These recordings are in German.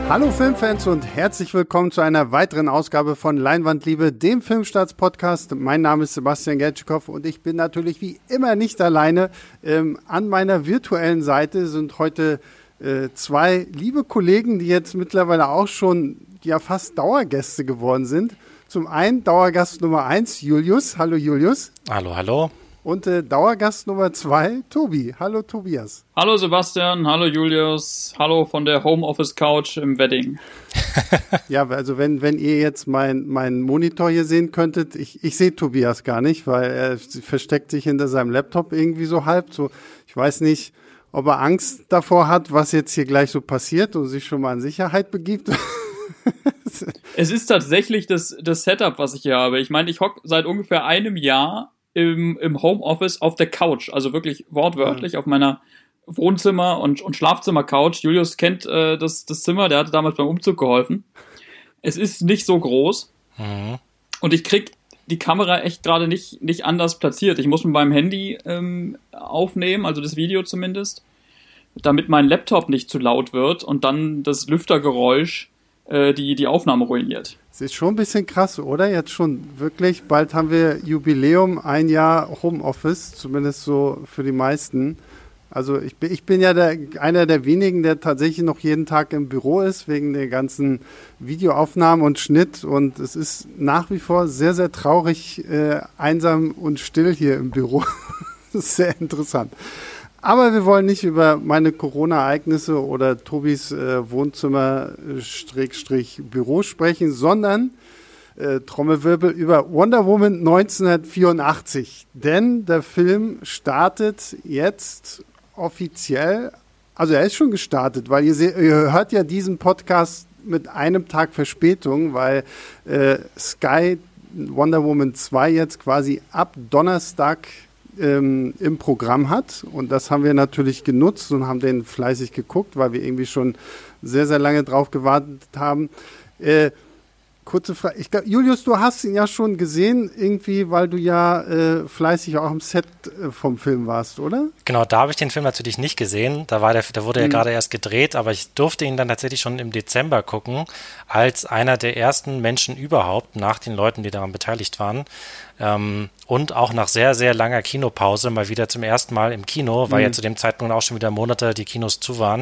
Hallo Filmfans und herzlich willkommen zu einer weiteren Ausgabe von Leinwandliebe, dem Filmstarts-Podcast. Mein Name ist Sebastian Gertschikow und ich bin natürlich wie immer nicht alleine. An meiner virtuellen Seite sind heute zwei liebe Kollegen, die jetzt mittlerweile auch schon ja fast Dauergäste geworden sind. Zum einen Dauergast Nummer 1, Julius. Hallo Julius. Hallo, hallo. Und Dauergast Nummer 2, Tobi. Hallo Tobias. Hallo Sebastian, hallo Julius, hallo von der Homeoffice-Couch im Wedding. Ja, also wenn ihr jetzt meinen Monitor hier sehen könntet, ich sehe Tobias gar nicht, weil er versteckt sich hinter seinem Laptop irgendwie so halb. So, ich weiß nicht, ob er Angst davor hat, was jetzt hier gleich so passiert und sich schon mal in Sicherheit begibt. Es ist tatsächlich das Setup, was ich hier habe. Ich meine, ich hocke seit ungefähr einem Jahr im Homeoffice auf der Couch, also wirklich wortwörtlich auf meiner Wohnzimmer- und Schlafzimmer-Couch. Julius kennt das Zimmer, der hatte damals beim Umzug geholfen. Es ist nicht so groß und ich krieg die Kamera echt gerade nicht anders platziert. Ich muss mit meinem Handy aufnehmen, also das Video zumindest, damit mein Laptop nicht zu laut wird und dann das Lüftergeräusch die Aufnahme ruiniert. Es ist schon ein bisschen krass, oder? Jetzt schon wirklich, bald haben wir Jubiläum, ein Jahr Homeoffice, zumindest so für die meisten. Also ich bin ja einer der wenigen, der tatsächlich noch jeden Tag im Büro ist, wegen der ganzen Videoaufnahmen und Schnitt. Und es ist nach wie vor sehr, sehr traurig, einsam und still hier im Büro. Das ist sehr interessant. Aber wir wollen nicht über meine Corona-Ereignisse oder Tobis Wohnzimmer-Büro sprechen, sondern Trommelwirbel über Wonder Woman 1984. Denn der Film startet jetzt offiziell, also er ist schon gestartet, weil ihr hört ja diesen Podcast mit einem Tag Verspätung, weil Sky Wonder Woman 2 jetzt quasi ab Donnerstag im Programm hat, und das haben wir natürlich genutzt und haben den fleißig geguckt, weil wir irgendwie schon sehr, sehr lange drauf gewartet haben. Kurze Frage, ich glaube, Julius, du hast ihn ja schon gesehen, irgendwie, weil du ja fleißig auch am Set vom Film warst, oder? Genau, da habe ich den Film natürlich nicht gesehen, da wurde ja gerade erst gedreht, aber ich durfte ihn dann tatsächlich schon im Dezember gucken, als einer der ersten Menschen überhaupt, nach den Leuten, die daran beteiligt waren, und auch nach sehr, sehr langer Kinopause mal wieder zum ersten Mal im Kino, weil ja zu dem Zeitpunkt auch schon wieder Monate die Kinos zu waren.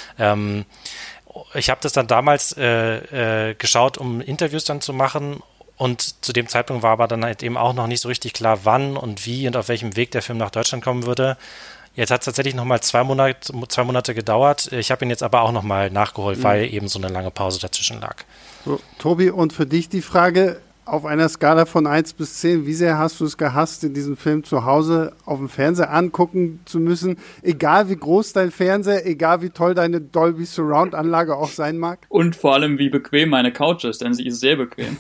Ich habe das dann damals geschaut, um Interviews dann zu machen, und zu dem Zeitpunkt war aber dann halt eben auch noch nicht so richtig klar, wann und wie und auf welchem Weg der Film nach Deutschland kommen würde. Jetzt hat es tatsächlich nochmal 2 Monate gedauert. Ich habe ihn jetzt aber auch nochmal nachgeholt, weil eben so eine lange Pause dazwischen lag. So, Tobi, und für dich die Frage, auf einer Skala von 1 bis 10, wie sehr hast du es gehasst, in diesem Film zu Hause auf dem Fernseher angucken zu müssen? Egal wie groß dein Fernseher, egal wie toll deine Dolby Surround Anlage auch sein mag? Und vor allem, wie bequem meine Couch ist, denn sie ist sehr bequem.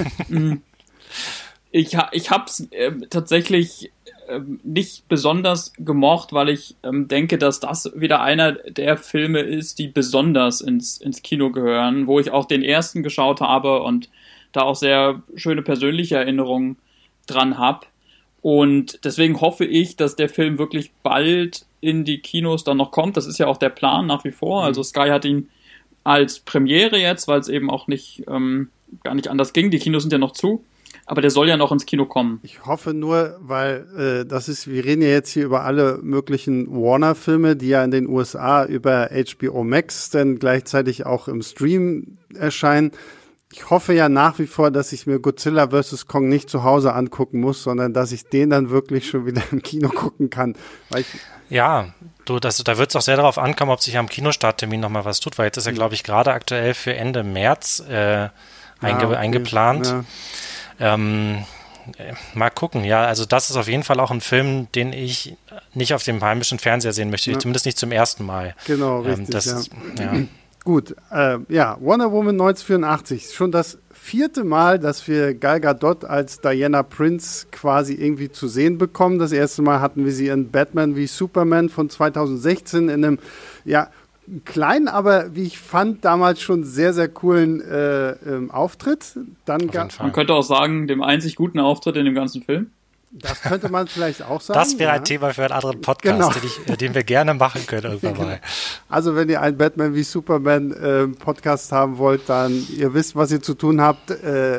Ich hab's tatsächlich nicht besonders gemocht, weil ich denke, dass das wieder einer der Filme ist, die besonders ins Kino gehören, wo ich auch den ersten geschaut habe und da auch sehr schöne persönliche Erinnerungen dran habe. Und deswegen hoffe ich, dass der Film wirklich bald in die Kinos dann noch kommt. Das ist ja auch der Plan nach wie vor. Also Sky hat ihn als Premiere jetzt, weil es eben auch gar nicht anders ging. Die Kinos sind ja noch zu. Aber der soll ja noch ins Kino kommen. Ich hoffe nur, weil wir reden ja jetzt hier über alle möglichen Warner-Filme, die ja in den USA über HBO Max dann gleichzeitig auch im Stream erscheinen. Ich hoffe ja nach wie vor, dass ich mir Godzilla vs. Kong nicht zu Hause angucken muss, sondern dass ich den dann wirklich schon wieder im Kino gucken kann. Ja, da wird es auch sehr darauf ankommen, ob sich am Kinostarttermin nochmal was tut, weil jetzt ist ja, glaube ich, gerade aktuell für Ende März eingeplant. Ja. Mal gucken, ja, also das ist auf jeden Fall auch ein Film, den ich nicht auf dem heimischen Fernseher sehen möchte, zumindest nicht zum ersten Mal. Genau, richtig, ja. Gut, Wonder Woman 1984, schon das 4. Mal, dass wir Gal Gadot als Diana Prince quasi irgendwie zu sehen bekommen. Das erste Mal hatten wir sie in Batman wie Superman von 2016 in einem, kleinen, aber wie ich fand, damals schon sehr, sehr coolen Auftritt. Man könnte auch sagen, dem einzig guten Auftritt in dem ganzen Film. Das könnte man vielleicht auch sagen. Das wäre ein Thema für einen anderen Podcast, den wir gerne machen können irgendwann mal. Also wenn ihr einen Batman wie Superman Podcast haben wollt, dann ihr wisst, was ihr zu tun habt.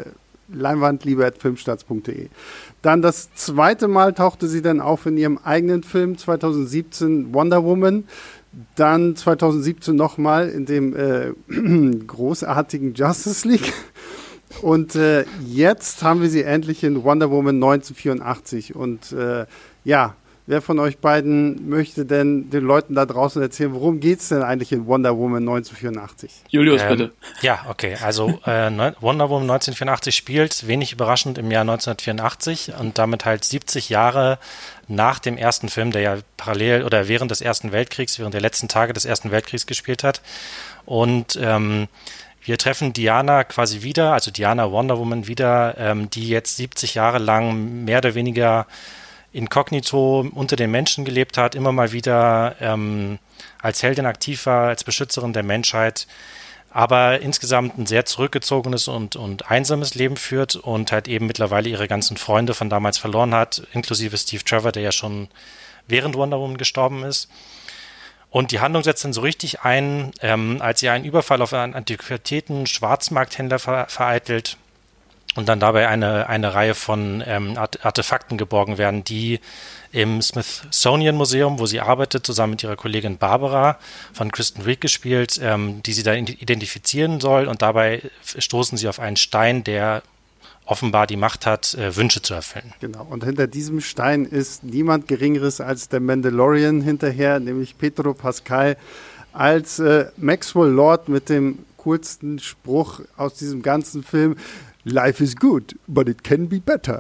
Leinwandliebe@filmstarts.de. Dann das zweite Mal tauchte sie dann auf in ihrem eigenen Film 2017 Wonder Woman. Dann 2017 nochmal in dem großartigen Justice League. Und jetzt haben wir sie endlich in Wonder Woman 1984. Und wer von euch beiden möchte denn den Leuten da draußen erzählen, worum geht es denn eigentlich in Wonder Woman 1984? Julius, bitte. Ja, okay. Also Wonder Woman 1984 spielt, wenig überraschend, im Jahr 1984 und damit halt 70 Jahre nach dem ersten Film, der ja parallel oder während des Ersten Weltkriegs, während der letzten Tage des Ersten Weltkriegs gespielt hat. Und wir treffen Diana quasi wieder, also Diana Wonder Woman wieder, die jetzt 70 Jahre lang mehr oder weniger inkognito unter den Menschen gelebt hat, immer mal wieder als Heldin aktiv war, als Beschützerin der Menschheit, aber insgesamt ein sehr zurückgezogenes und einsames Leben führt und halt eben mittlerweile ihre ganzen Freunde von damals verloren hat, inklusive Steve Trevor, der ja schon während Wonder Woman gestorben ist. Und die Handlung setzt dann so richtig ein, als sie einen Überfall auf einen Antiquitäten-Schwarzmarkthändler vereitelt und dann dabei eine Reihe von Artefakten geborgen werden, die im Smithsonian Museum, wo sie arbeitet, zusammen mit ihrer Kollegin Barbara, von Kristen Wiig gespielt, die sie dann identifizieren soll. Und dabei stoßen sie auf einen Stein, der offenbar die Macht hat, Wünsche zu erfüllen. Genau, und hinter diesem Stein ist niemand Geringeres als der Mandalorian hinterher, nämlich Pedro Pascal, als Maxwell Lord mit dem coolsten Spruch aus diesem ganzen Film: Life is good, but it can be better.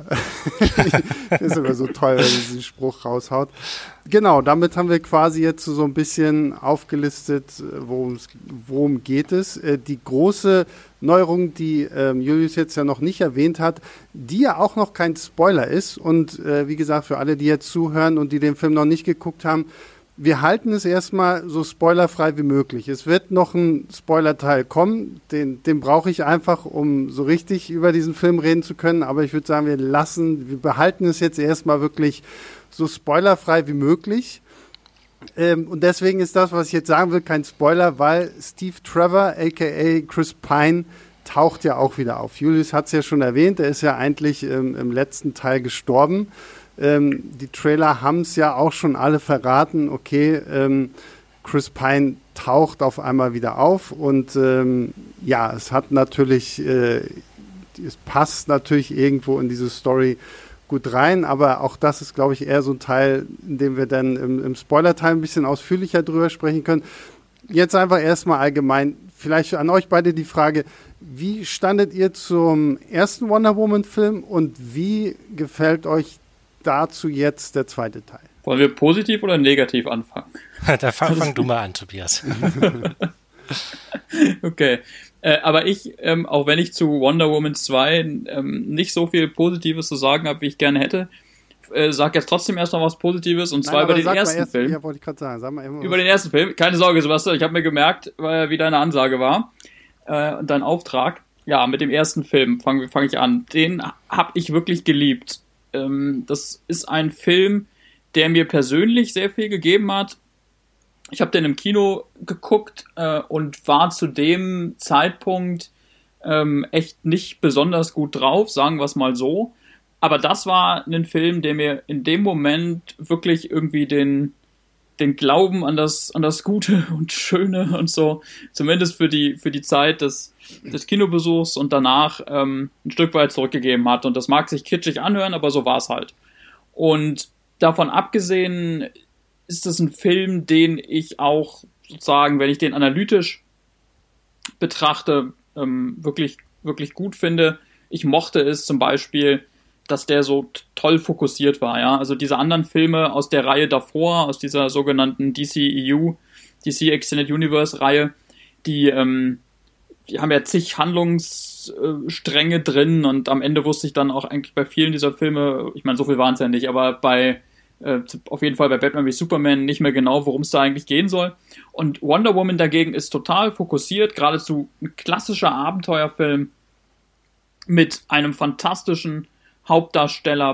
Ist immer so toll, wenn er diesen Spruch raushaut. Genau, damit haben wir quasi jetzt so ein bisschen aufgelistet, worum geht es. Die große Neuerung, die Julius jetzt ja noch nicht erwähnt hat, die ja auch noch kein Spoiler ist. Und wie gesagt, für alle, die jetzt zuhören und die den Film noch nicht geguckt haben, wir halten es erstmal so spoilerfrei wie möglich. Es wird noch ein Spoilerteil kommen, den brauche ich einfach, um so richtig über diesen Film reden zu können. Aber ich würde sagen, wir behalten es jetzt erstmal wirklich so spoilerfrei wie möglich. Und deswegen ist das, was ich jetzt sagen will, kein Spoiler, weil Steve Trevor, a.k.a. Chris Pine, taucht ja auch wieder auf. Julius hat es ja schon erwähnt, er ist ja eigentlich im letzten Teil gestorben. Die Trailer haben es ja auch schon alle verraten. Okay, Chris Pine taucht auf einmal wieder auf und es hat natürlich, es passt natürlich irgendwo in diese Story gut rein, aber auch das ist, glaube ich, eher so ein Teil, in dem wir dann im Spoiler-Teil ein bisschen ausführlicher drüber sprechen können. Jetzt einfach erstmal allgemein, vielleicht an euch beide die Frage: Wie standet ihr zum ersten Wonder Woman-Film und wie gefällt euch dazu jetzt der zweite Teil? Wollen wir positiv oder negativ anfangen? Da fang du mal an, Tobias. Okay. Aber ich, auch wenn ich zu Wonder Woman 2 nicht so viel Positives zu sagen habe, wie ich gerne hätte, sage jetzt trotzdem erst noch was Positives, und zwar über den ersten Film. Ja, wollte ich gerade sagen. Sag mal immer über den ersten Film. Keine Sorge, Sebastian, ich habe mir gemerkt, wie deine Ansage war und dein Auftrag. Ja, mit dem ersten Film fang ich an. Den habe ich wirklich geliebt. Das ist ein Film, der mir persönlich sehr viel gegeben hat. Ich habe den im Kino geguckt und war zu dem Zeitpunkt echt nicht besonders gut drauf, sagen wir es mal so. Aber das war ein Film, der mir in dem Moment wirklich irgendwie den Glauben an das Gute und Schöne und so, zumindest für die Zeit des Kinobesuchs und danach ein Stück weit zurückgegeben hat. Und das mag sich kitschig anhören, aber so war es halt. Und davon abgesehen ist es ein Film, den ich auch sozusagen, wenn ich den analytisch betrachte, wirklich, wirklich gut finde. Ich mochte es zum Beispiel, dass der so toll fokussiert war, ja. Also diese anderen Filme aus der Reihe davor, aus dieser sogenannten DCEU, DC Extended Universe Reihe, die haben ja zig Handlungsstränge drin, und am Ende wusste ich dann auch eigentlich bei vielen dieser Filme, ich meine, so viel waren es ja nicht, aber auf jeden Fall bei Batman wie Superman nicht mehr genau, worum es da eigentlich gehen soll. Und Wonder Woman dagegen ist total fokussiert, geradezu ein klassischer Abenteuerfilm mit einem fantastischen Hauptdarsteller,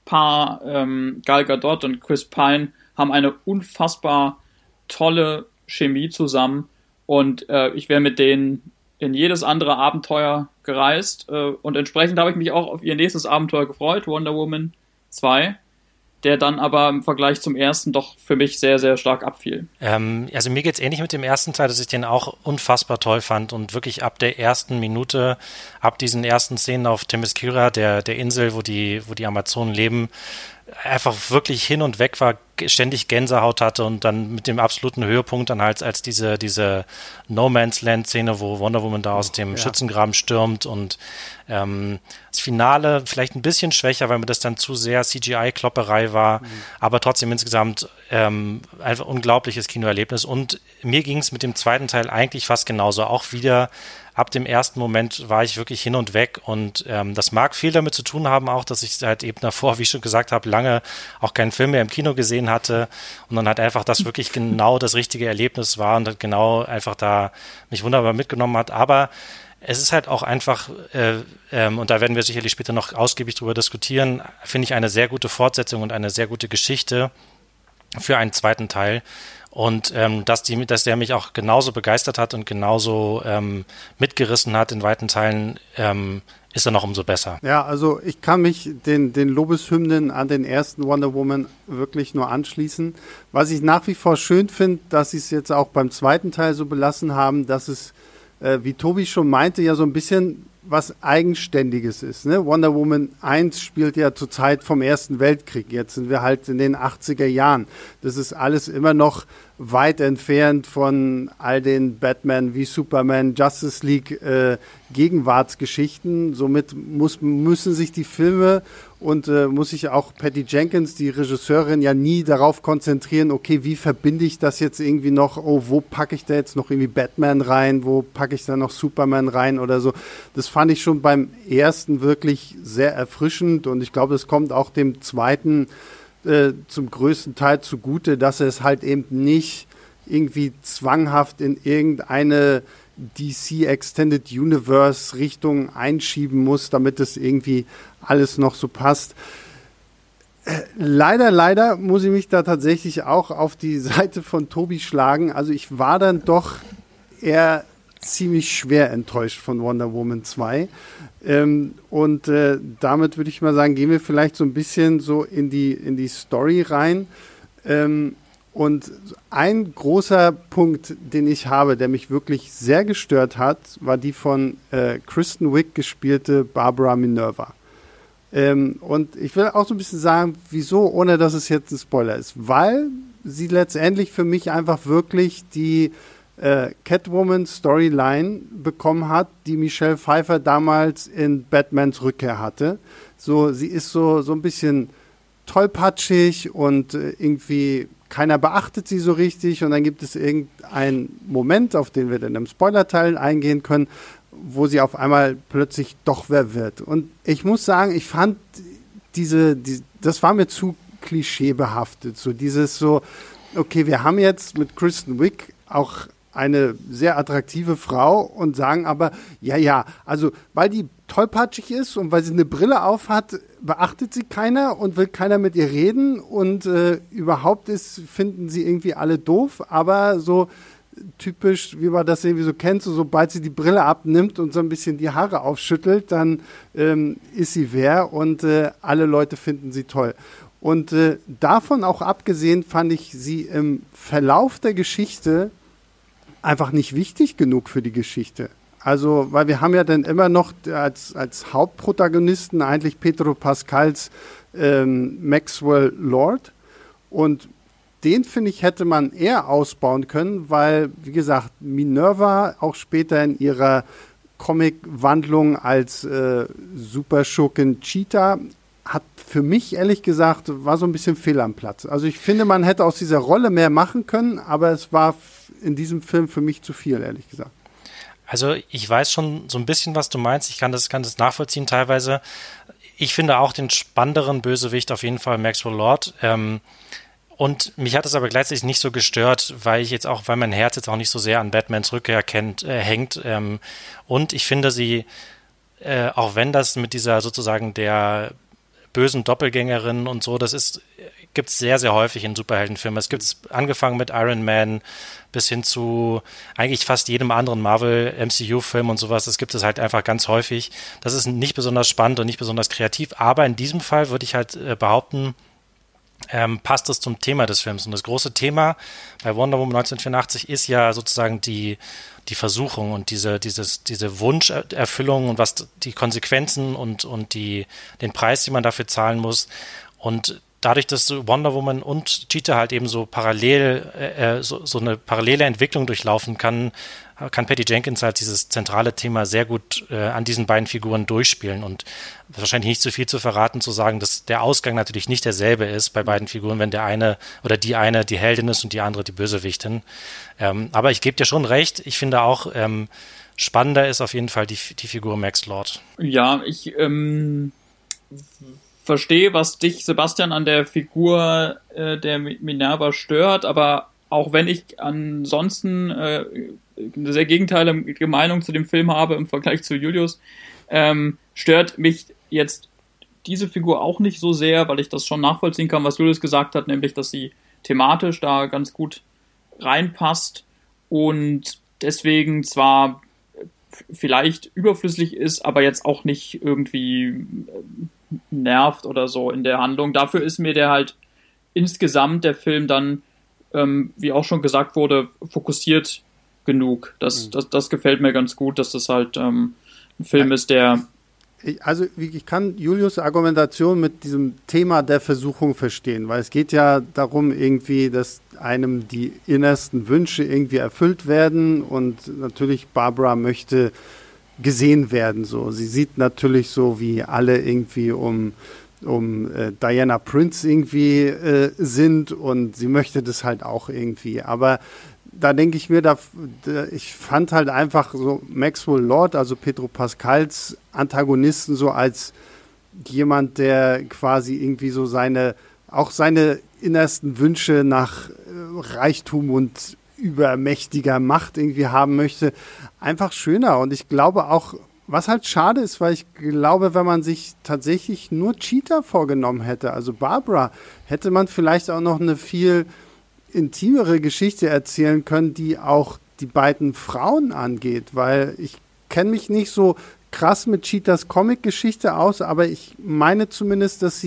Paar Gal Gadot und Chris Pine haben eine unfassbar tolle Chemie zusammen und ich wäre mit denen in jedes andere Abenteuer gereist und entsprechend habe ich mich auch auf ihr nächstes Abenteuer gefreut, Wonder Woman 2, der dann aber im Vergleich zum ersten doch für mich sehr, sehr stark abfiel. Also mir geht's ähnlich mit dem ersten Teil, dass ich den auch unfassbar toll fand und wirklich ab der ersten Minute, ab diesen ersten Szenen auf Themyscira, der Insel, wo die Amazonen leben, einfach wirklich hin und weg war, ständig Gänsehaut hatte und dann mit dem absoluten Höhepunkt dann halt als diese No Man's Land Szene, wo Wonder Woman da aus dem Schützengraben stürmt und das Finale vielleicht ein bisschen schwächer, weil mir das dann zu sehr CGI-Klopperei war, aber trotzdem insgesamt einfach unglaubliches Kinoerlebnis und mir ging es mit dem zweiten Teil eigentlich fast genauso, auch wieder ab dem ersten Moment war ich wirklich hin und weg und das mag viel damit zu tun haben auch, dass ich halt eben davor, wie ich schon gesagt habe, lange auch keinen Film mehr im Kino gesehen hatte und dann halt einfach das wirklich genau das richtige Erlebnis war und halt genau einfach da mich wunderbar mitgenommen hat, aber es ist halt auch einfach, und da werden wir sicherlich später noch ausgiebig drüber diskutieren, finde ich eine sehr gute Fortsetzung und eine sehr gute Geschichte für einen zweiten Teil. Und dass der mich auch genauso begeistert hat und genauso mitgerissen hat in weiten Teilen, ist er noch umso besser. Ja, also ich kann mich den Lobeshymnen an den ersten Wonder Woman wirklich nur anschließen. Was ich nach wie vor schön finde, dass sie es jetzt auch beim zweiten Teil so belassen haben, dass es wie Tobi schon meinte, ja so ein bisschen was Eigenständiges ist. Ne? Wonder Woman 1 spielt ja zur Zeit vom Ersten Weltkrieg. Jetzt sind wir halt in den 80er Jahren. Das ist alles immer noch weit entfernt von all den Batman wie Superman, Justice League Gegenwartsgeschichten. Somit müssen sich die Filme und muss sich auch Patty Jenkins, die Regisseurin, ja nie darauf konzentrieren, okay, wie verbinde ich das jetzt irgendwie noch, wo packe ich da jetzt noch irgendwie Batman rein, wo packe ich da noch Superman rein oder so. Das fand ich schon beim ersten wirklich sehr erfrischend und ich glaube, es kommt auch dem zweiten zum größten Teil zugute, dass er es halt eben nicht irgendwie zwanghaft in irgendeine DC Extended Universe Richtung einschieben muss, damit es irgendwie alles noch so passt. Leider muss ich mich da tatsächlich auch auf die Seite von Tobi schlagen. Also ich war dann doch eher ziemlich schwer enttäuscht von Wonder Woman 2. Und damit würde ich mal sagen, gehen wir vielleicht so ein bisschen so in die Story rein. Und ein großer Punkt, den ich habe, der mich wirklich sehr gestört hat, war die von Kristen Wiig gespielte Barbara Minerva. Und ich will auch so ein bisschen sagen, wieso, ohne dass es jetzt ein Spoiler ist. Weil sie letztendlich für mich einfach wirklich die Catwoman-Storyline bekommen hat, die Michelle Pfeiffer damals in Batmans Rückkehr hatte. So, sie ist so ein bisschen tollpatschig und irgendwie keiner beachtet sie so richtig und dann gibt es irgendeinen Moment, auf den wir dann im Spoilerteil eingehen können, wo sie auf einmal plötzlich doch wer wird. Und ich muss sagen, ich fand das war mir zu klischeebehaftet. So dieses so, okay, wir haben jetzt mit Kristen Wiig auch eine sehr attraktive Frau und sagen aber, ja, also weil die tollpatschig ist und weil sie eine Brille auf hat, beachtet sie keiner und will keiner mit ihr reden und überhaupt finden sie irgendwie alle doof, aber so typisch, wie man das irgendwie so kennt, so, sobald sie die Brille abnimmt und so ein bisschen die Haare aufschüttelt, dann ist sie wer und alle Leute finden sie toll. Und davon auch abgesehen fand ich sie im Verlauf der Geschichte einfach nicht wichtig genug für die Geschichte. Also, weil wir haben ja dann immer noch als Hauptprotagonisten eigentlich Pedro Pascals Maxwell Lord und den, finde ich, hätte man eher ausbauen können, weil, wie gesagt, Minerva auch später in ihrer Comic-Wandlung als Superschurkin Cheetah hat für mich, ehrlich gesagt, war so ein bisschen fehl am Platz. Also ich finde, man hätte aus dieser Rolle mehr machen können, aber es war in diesem Film für mich zu viel, ehrlich gesagt. Also ich weiß schon so ein bisschen, was du meinst. Ich kann das nachvollziehen teilweise. Ich finde auch den spannenderen Bösewicht auf jeden Fall Maxwell Lord. Und mich hat es aber gleichzeitig nicht so gestört, weil mein Herz jetzt auch nicht so sehr an Batmans Rückkehr hängt. Und ich finde sie, auch wenn das mit dieser sozusagen der bösen Doppelgängerinnen und so, gibt es sehr, sehr häufig in Superheldenfilmen. Es gibt es angefangen mit Iron Man bis hin zu eigentlich fast jedem anderen Marvel-MCU-Film und sowas. Das gibt es halt einfach ganz häufig. Das ist nicht besonders spannend und nicht besonders kreativ, aber in diesem Fall würde ich halt behaupten, passt es zum Thema des Films. Und das große Thema bei Wonder Woman 1984 ist ja sozusagen die Versuchung und diese Wunscherfüllung und was die Konsequenzen und den Preis, den man dafür zahlen muss. Und dadurch, dass Wonder Woman und Cheetah halt eben so parallel, so eine parallele Entwicklung durchlaufen kann Patty Jenkins halt dieses zentrale Thema sehr gut an diesen beiden Figuren durchspielen und wahrscheinlich nicht zu viel zu verraten, zu sagen, dass der Ausgang natürlich nicht derselbe ist bei beiden Figuren, wenn der eine oder die eine die Heldin ist und die andere die Bösewichtin. Aber ich gebe dir schon recht, ich finde auch, spannender ist auf jeden Fall die Figur Max Lord. Ja, ich verstehe, was dich, Sebastian, an der Figur der Minerva stört, aber auch wenn ich ansonsten eine sehr gegenteilige Meinung zu dem Film habe im Vergleich zu Julius, stört mich jetzt diese Figur auch nicht so sehr, weil ich das schon nachvollziehen kann, was Julius gesagt hat, nämlich, dass sie thematisch da ganz gut reinpasst und deswegen zwar vielleicht überflüssig ist, aber jetzt auch nicht irgendwie nervt oder so in der Handlung. Dafür ist mir der halt insgesamt der Film dann, wie auch schon gesagt wurde, fokussiert genug. Das gefällt mir ganz gut, dass das halt ein Film ist, der... Also ich kann Julius' Argumentation mit diesem Thema der Versuchung verstehen, weil es geht ja darum irgendwie, dass einem die innersten Wünsche irgendwie erfüllt werden und natürlich Barbara möchte gesehen werden. So. Sie sieht natürlich so, wie alle irgendwie um Diana Prince irgendwie sind und sie möchte das halt auch irgendwie. Aber da denke ich mir, ich fand halt einfach so Maxwell Lord, also Pedro Pascals Antagonisten so als jemand, der quasi irgendwie so seine innersten Wünsche nach Reichtum und übermächtiger Macht irgendwie haben möchte, einfach schöner. Und ich glaube auch, was halt schade ist, weil ich glaube, wenn man sich tatsächlich nur Cheetah vorgenommen hätte, also Barbara, hätte man vielleicht auch noch eine viel intimere Geschichte erzählen können, die auch die beiden Frauen angeht, weil ich kenne mich nicht so krass mit Cheetahs Comic-Geschichte aus, aber ich meine zumindest, dass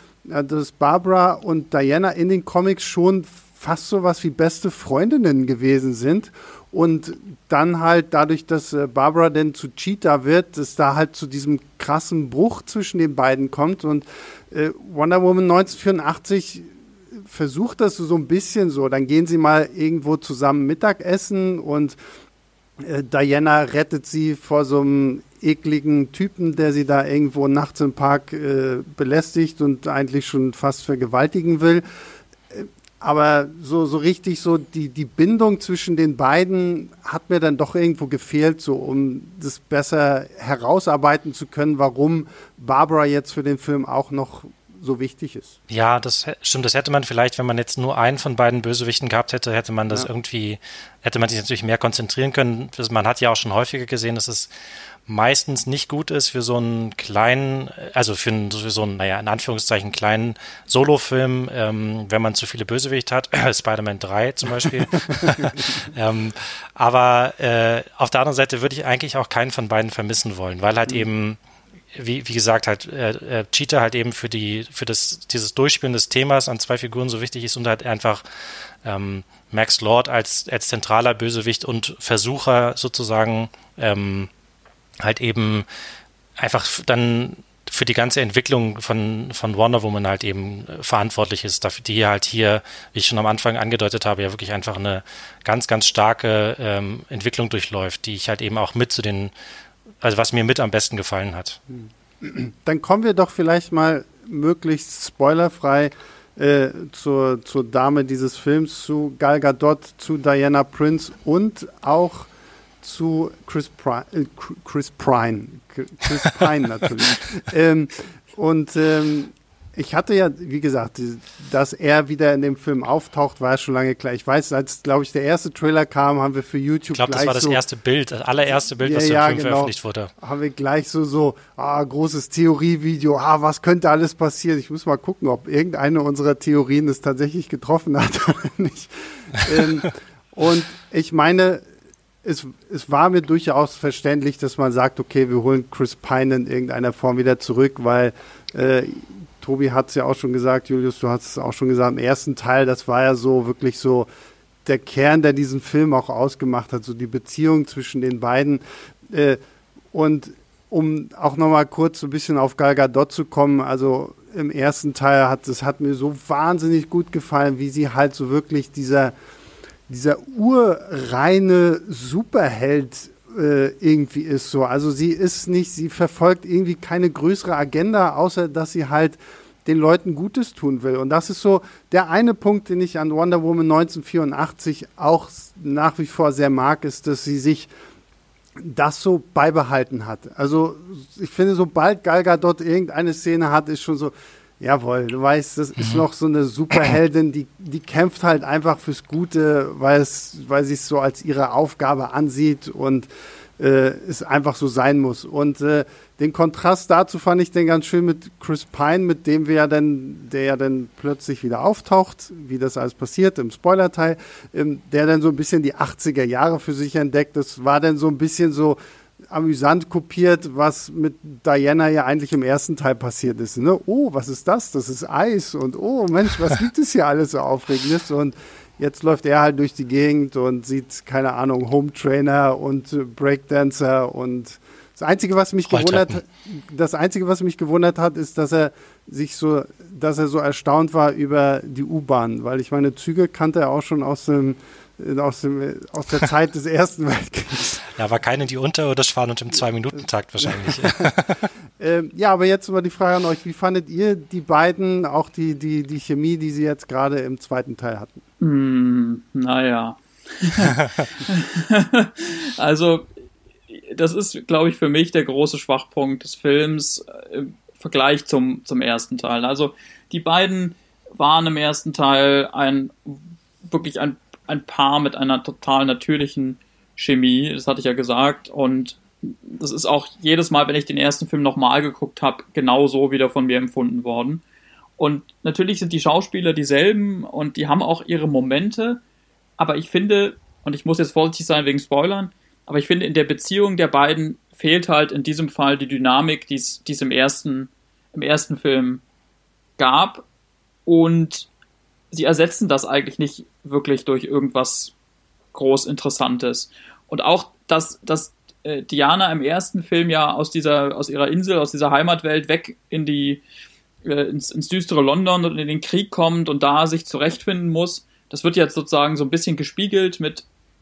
Barbara und Diana in den Comics schon fast so was wie beste Freundinnen gewesen sind und dann halt dadurch, dass Barbara denn zu Cheetah wird, dass da halt zu diesem krassen Bruch zwischen den beiden kommt und Wonder Woman 1984 versucht das so ein bisschen so, dann gehen sie mal irgendwo zusammen Mittagessen und Diana rettet sie vor so einem ekligen Typen, der sie da irgendwo nachts im Park belästigt und eigentlich schon fast vergewaltigen will. Aber so richtig so die Bindung zwischen den beiden hat mir dann doch irgendwo gefehlt, so um das besser herausarbeiten zu können, warum Barbara jetzt für den Film auch noch so wichtig ist. Ja, das stimmt. Das hätte man vielleicht, wenn man jetzt nur einen von beiden Bösewichten gehabt hätte, hätte man sich natürlich mehr konzentrieren können. Man hat ja auch schon häufiger gesehen, dass es meistens nicht gut ist für so einen kleinen, also für so einen, naja, in Anführungszeichen kleinen Solofilm, wenn man zu viele Bösewichte hat, Spider-Man 3 zum Beispiel. Aber auf der anderen Seite würde ich eigentlich auch keinen von beiden vermissen wollen, weil halt eben wie gesagt, halt Cheetah halt eben für dieses Durchspielen des Themas an zwei Figuren so wichtig ist und halt einfach Max Lord als zentraler Bösewicht und Versucher sozusagen halt eben einfach dann für die ganze Entwicklung von Wonder Woman halt eben verantwortlich ist, dafür, die halt hier, wie ich schon am Anfang angedeutet habe, ja wirklich einfach eine ganz, ganz starke Entwicklung durchläuft, die ich halt eben auch also was mir mit am besten gefallen hat. Dann kommen wir doch vielleicht mal möglichst spoilerfrei zur Dame dieses Films, zu Gal Gadot, zu Diana Prince und auch zu Chris Pine natürlich. ich hatte ja, wie gesagt, dass er wieder in dem Film auftaucht, war schon lange klar. Ich weiß, als, glaube ich, der erste Trailer kam, haben wir für YouTube ich glaube, das war das erste Bild, das allererste Bild, was im Film veröffentlicht wurde. Haben wir gleich großes Theorievideo, was könnte alles passieren? Ich muss mal gucken, ob irgendeine unserer Theorien es tatsächlich getroffen hat oder nicht. Und ich meine, es war mir durchaus verständlich, dass man sagt, okay, wir holen Chris Pine in irgendeiner Form wieder zurück, weil Tobi hat es ja auch schon gesagt, Julius, du hast es auch schon gesagt, im ersten Teil, das war ja so wirklich so der Kern, der diesen Film auch ausgemacht hat, so die Beziehung zwischen den beiden. Und um auch nochmal kurz so ein bisschen auf Gal Gadot zu kommen, also im ersten Teil hat mir so wahnsinnig gut gefallen, wie sie halt so wirklich dieser urreine Superheld irgendwie ist so. Also sie verfolgt irgendwie keine größere Agenda, außer dass sie halt den Leuten Gutes tun will. Und das ist so der eine Punkt, den ich an Wonder Woman 1984 auch nach wie vor sehr mag, ist, dass sie sich das so beibehalten hat. Also ich finde, sobald Gal Gadot irgendeine Szene hat, ist schon so, jawohl, du weißt, das ist noch so eine Superheldin, die kämpft halt einfach fürs Gute, weil sie es so als ihre Aufgabe ansieht und es einfach so sein muss. Und den Kontrast dazu fand ich dann ganz schön mit Chris Pine, mit dem der ja dann plötzlich wieder auftaucht, wie das alles passiert im Spoilerteil, der dann so ein bisschen die 80er Jahre für sich entdeckt. Das war dann so ein bisschen so amüsant kopiert, was mit Diana ja eigentlich im ersten Teil passiert ist. Ne? Oh, was ist das? Das ist Eis. Und oh Mensch, was gibt es hier alles so Aufregendes? Und jetzt läuft er halt durch die Gegend und sieht, keine Ahnung, Home Trainer und Breakdancer. Und das Einzige, was mich gewundert hat, ist, dass er so erstaunt war über die U-Bahn. Weil ich meine, Züge kannte er auch schon aus der Zeit des Ersten Weltkriegs. Ja, war keine, die unterirdisch fahren und im 2-Minuten-Takt wahrscheinlich. Ja, aber jetzt mal die Frage an euch, wie fandet ihr die beiden, auch die Chemie, die sie jetzt gerade im zweiten Teil hatten? Naja. Also, das ist, glaube ich, für mich der große Schwachpunkt des Films im Vergleich zum ersten Teil. Also, die beiden waren im ersten Teil wirklich ein Paar mit einer total natürlichen Chemie, das hatte ich ja gesagt, und das ist auch jedes Mal, wenn ich den ersten Film nochmal geguckt habe, genau so wieder von mir empfunden worden. Und natürlich sind die Schauspieler dieselben und die haben auch ihre Momente, aber ich finde, und ich muss jetzt vorsichtig sein wegen Spoilern, aber ich finde, in der Beziehung der beiden fehlt halt in diesem Fall die Dynamik, die es im ersten Film gab, und sie ersetzen das eigentlich nicht wirklich durch irgendwas groß Interessantes. Und auch, dass Diana im ersten Film ja aus ihrer Insel, aus dieser Heimatwelt weg ins düstere London und in den Krieg kommt und da sich zurechtfinden muss, das wird jetzt sozusagen so ein bisschen gespiegelt mit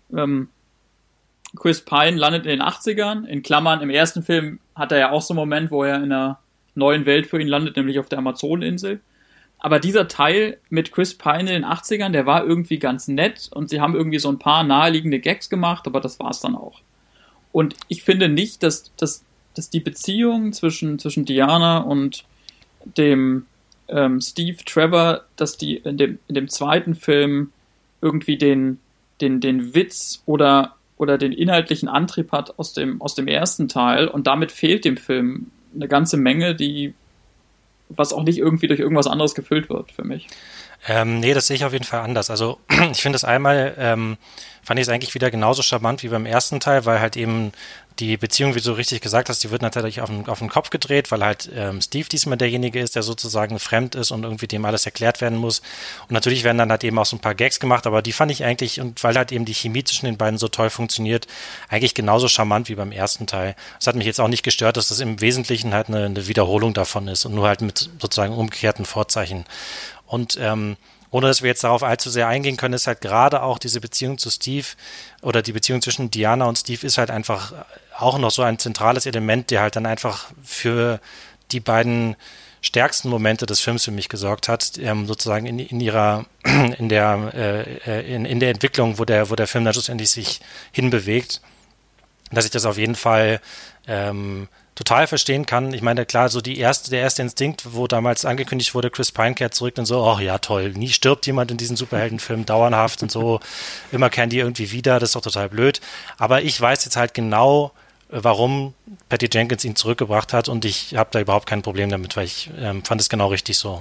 Chris Pine landet in den 80ern, in Klammern, im ersten Film hat er ja auch so einen Moment, wo er in einer neuen Welt für ihn landet, nämlich auf der Amazoneninsel. Aber dieser Teil mit Chris Pine in den 80ern, der war irgendwie ganz nett und sie haben irgendwie so ein paar naheliegende Gags gemacht, aber das war's dann auch. Und ich finde nicht, dass die Beziehung zwischen Diana und dem Steve Trevor, dass die in dem zweiten Film irgendwie den Witz oder den inhaltlichen Antrieb hat aus dem ersten Teil, und damit fehlt dem Film eine ganze Menge, was auch nicht irgendwie durch irgendwas anderes gefüllt wird für mich. Nee, das sehe ich auf jeden Fall anders. Also ich finde das einmal, fand ich es eigentlich wieder genauso charmant wie beim ersten Teil, weil halt eben die Beziehung, wie du richtig gesagt hast, die wird natürlich auf den Kopf gedreht, weil halt Steve diesmal derjenige ist, der sozusagen fremd ist und irgendwie dem alles erklärt werden muss. Und natürlich werden dann halt eben auch so ein paar Gags gemacht, aber die fand ich eigentlich, und weil halt eben die Chemie zwischen den beiden so toll funktioniert, eigentlich genauso charmant wie beim ersten Teil. Es hat mich jetzt auch nicht gestört, dass das im Wesentlichen halt eine Wiederholung davon ist und nur halt mit sozusagen umgekehrten Vorzeichen. Und ohne dass wir jetzt darauf allzu sehr eingehen können, ist halt gerade auch diese Beziehung zu Steve oder die Beziehung zwischen Diana und Steve ist halt einfach auch noch so ein zentrales Element, der halt dann einfach für die beiden stärksten Momente des Films für mich gesorgt hat, sozusagen in der Entwicklung, wo der Film dann schlussendlich sich hinbewegt, dass ich das auf jeden Fall total verstehen kann. Ich meine, klar, so der erste Instinkt, wo damals angekündigt wurde, Chris Pine kehrt zurück und so, ach ja, toll, nie stirbt jemand in diesen Superheldenfilmen dauerhaft und so, immer kehren die irgendwie wieder, das ist doch total blöd. Aber ich weiß jetzt halt genau, warum Patty Jenkins ihn zurückgebracht hat und ich habe da überhaupt kein Problem damit, weil ich fand es genau richtig so.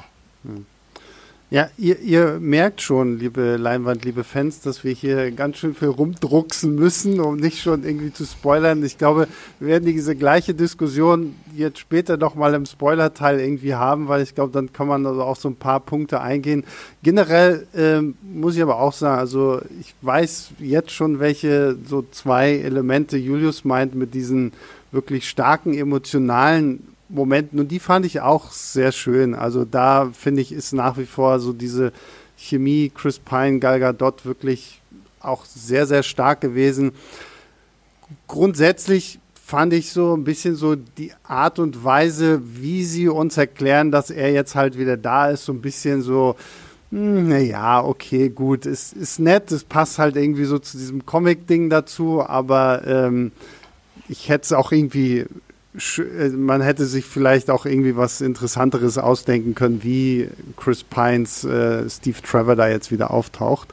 Ja, ihr merkt schon, liebe Leinwand, liebe Fans, dass wir hier ganz schön viel rumdrucksen müssen, um nicht schon irgendwie zu spoilern. Ich glaube, wir werden diese gleiche Diskussion jetzt später noch mal im Spoiler-Teil irgendwie haben, weil ich glaube, dann kann man also auch so ein paar Punkte eingehen. Generell muss ich aber auch sagen, also ich weiß jetzt schon, welche so 2 Elemente Julius meint mit diesen wirklich starken emotionalen Momenten, und die fand ich auch sehr schön. Also da finde ich, ist nach wie vor so diese Chemie Chris Pine, Gal Gadot wirklich auch sehr, sehr stark gewesen. Grundsätzlich fand ich so ein bisschen so die Art und Weise, wie sie uns erklären, dass er jetzt halt wieder da ist, so ein bisschen so, naja, okay, gut, ist nett, es passt halt irgendwie so zu diesem Comic-Ding dazu, aber ich hätte es auch irgendwie, man hätte sich vielleicht auch irgendwie was Interessanteres ausdenken können, wie Chris Pines Steve Trevor da jetzt wieder auftaucht.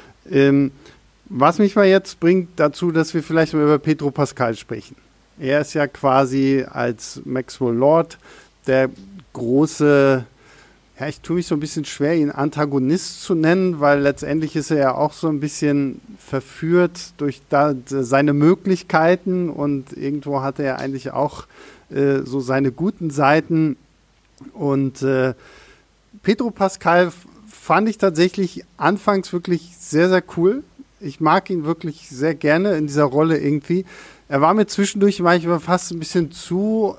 Was mich mal jetzt bringt dazu, dass wir vielleicht mal über Pedro Pascal sprechen. Er ist ja quasi als Maxwell Lord der große, ja, ich tue mich so ein bisschen schwer, ihn Antagonist zu nennen, weil letztendlich ist er ja auch so ein bisschen verführt durch seine Möglichkeiten und irgendwo hat er ja eigentlich auch so seine guten Seiten. Und Pedro Pascal fand ich tatsächlich anfangs wirklich sehr, sehr cool. Ich mag ihn wirklich sehr gerne in dieser Rolle irgendwie. Er war mir zwischendurch manchmal fast ein bisschen zu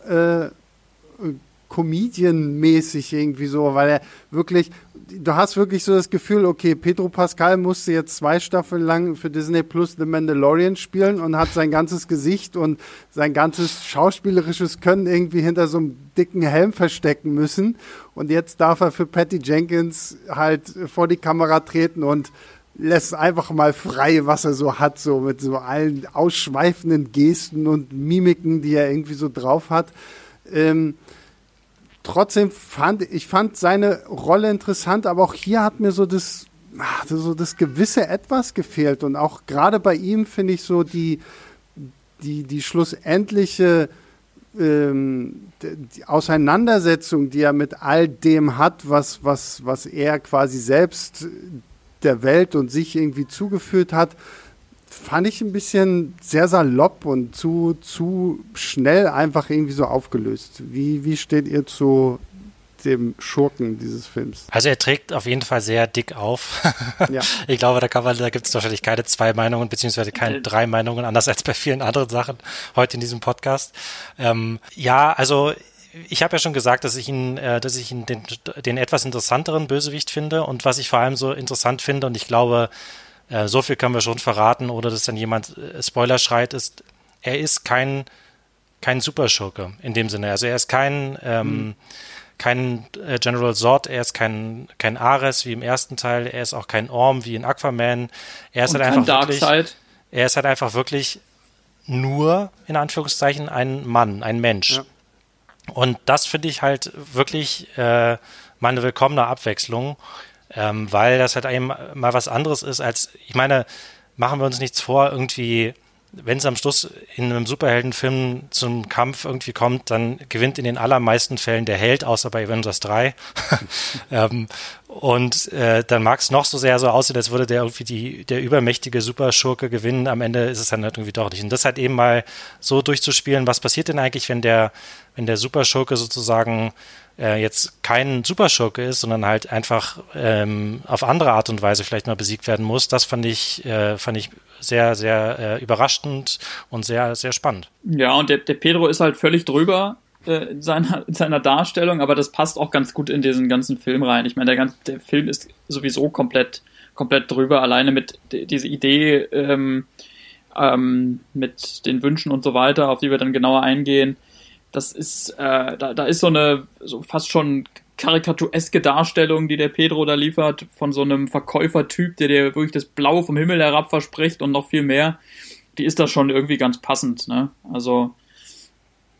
Comedian-mäßig irgendwie so, weil er wirklich, du hast wirklich so das Gefühl, okay, Pedro Pascal musste jetzt 2 Staffeln lang für Disney Plus The Mandalorian spielen und hat sein ganzes Gesicht und sein ganzes schauspielerisches Können irgendwie hinter so einem dicken Helm verstecken müssen. Und jetzt darf er für Patty Jenkins halt vor die Kamera treten und lässt einfach mal frei, was er so hat, so mit so allen ausschweifenden Gesten und Mimiken, die er irgendwie so drauf hat. Trotzdem fand seine Rolle interessant, aber auch hier hat mir so das gewisse Etwas gefehlt. Und auch gerade bei ihm finde ich so die schlussendliche die Auseinandersetzung, die er mit all dem hat, was er quasi selbst der Welt und sich irgendwie zugeführt hat, fand ich ein bisschen sehr salopp und zu schnell einfach irgendwie so aufgelöst. Wie steht ihr zu dem Schurken dieses Films? Also er trägt auf jeden Fall sehr dick auf. Ja. Ich glaube, da gibt es wahrscheinlich keine 2 Meinungen, beziehungsweise keine 3 Meinungen, anders als bei vielen anderen Sachen heute in diesem Podcast. Ja, also ich habe ja schon gesagt, dass ich ihn den etwas interessanteren Bösewicht finde, und was ich vor allem so interessant finde, und ich glaube, so viel können wir schon verraten, ohne dass dann jemand Spoiler schreit, ist, er ist kein Superschurke in dem Sinne. Also er ist kein General Zod, er ist kein Ares wie im ersten Teil, er ist auch kein Orm wie in Aquaman. Er ist halt einfach wirklich nur, in Anführungszeichen, ein Mann, ein Mensch. Ja. Und das finde ich halt wirklich mal eine willkommene Abwechslung, weil das halt eben mal was anderes ist als, ich meine, machen wir uns nichts vor, irgendwie, wenn es am Schluss in einem Superheldenfilm zum Kampf irgendwie kommt, dann gewinnt in den allermeisten Fällen der Held, außer bei Avengers 3. Dann mag es noch so sehr so aussehen, als würde der irgendwie der übermächtige Superschurke gewinnen. Am Ende ist es dann halt irgendwie doch nicht. Und das halt eben mal so durchzuspielen, was passiert denn eigentlich, wenn der Superschurke sozusagen jetzt kein Superschurke ist, sondern halt einfach auf andere Art und Weise vielleicht mal besiegt werden muss, das fand ich sehr, sehr überraschend und sehr, sehr spannend. Ja, und der Pedro ist halt völlig drüber in seiner Darstellung, aber das passt auch ganz gut in diesen ganzen Film rein. Ich meine, der Film ist sowieso komplett drüber, alleine mit dieser Idee mit den Wünschen und so weiter, auf die wir dann genauer eingehen. Das ist, da ist so eine so fast schon karikatureske Darstellung, die der Pedro da liefert, von so einem Verkäufertyp, der dir wirklich das Blaue vom Himmel herab verspricht und noch viel mehr. Die ist da schon irgendwie ganz passend, ne? Also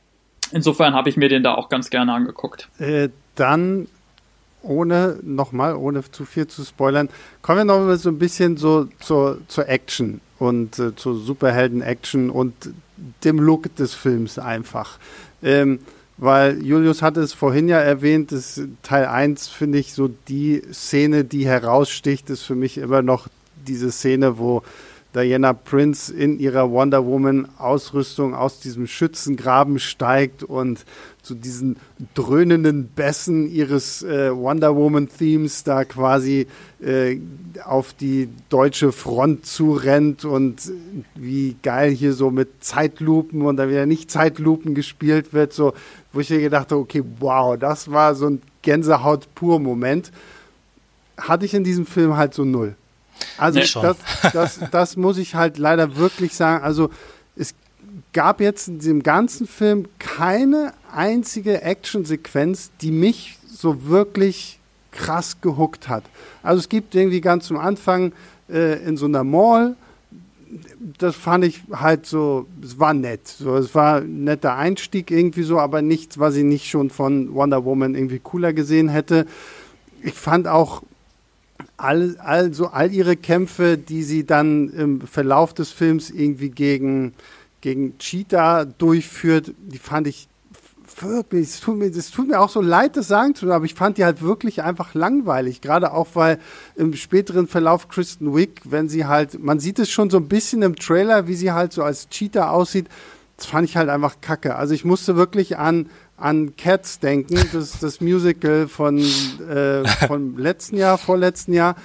insofern habe ich mir den da auch ganz gerne angeguckt. Dann, ohne zu viel zu spoilern, kommen wir noch mal so ein bisschen so zur Action und zur Superhelden-Action und dem Look des Films einfach. Weil Julius hatte es vorhin ja erwähnt, dass Teil 1, finde ich, so die Szene, die heraussticht, ist für mich immer noch diese Szene, wo Diana Prince in ihrer Wonder Woman Ausrüstung aus diesem Schützengraben steigt und zu diesen dröhnenden Bässen ihres Wonder Woman Themes da quasi auf die deutsche Front zurennt und wie geil hier so mit Zeitlupen und dann wieder nicht Zeitlupen gespielt wird, so, wo ich mir gedacht habe, okay, wow, das war so ein Gänsehaut-pur-Moment. Hatte ich in diesem Film halt so null. Also das muss ich halt leider wirklich sagen. Also es gab jetzt in diesem ganzen Film keine einzige Actionsequenz, die mich so wirklich krass gehuckt hat. Also es gibt irgendwie ganz am Anfang in so einer Mall, das fand ich halt so, es war nett. So, es war ein netter Einstieg irgendwie so, aber nichts, was ich nicht schon von Wonder Woman irgendwie cooler gesehen hätte. Ich fand auch all ihre Kämpfe, die sie dann im Verlauf des Films irgendwie gegen Cheetah durchführt, die fand ich wirklich, es tut mir auch so leid, das sagen zu, aber ich fand die halt wirklich einfach langweilig, gerade auch, weil im späteren Verlauf Kristen Wiig, wenn sie halt, man sieht es schon so ein bisschen im Trailer, wie sie halt so als Cheetah aussieht, das fand ich halt einfach kacke. Also ich musste wirklich an Cats denken, das Musical von vorletzten Jahr.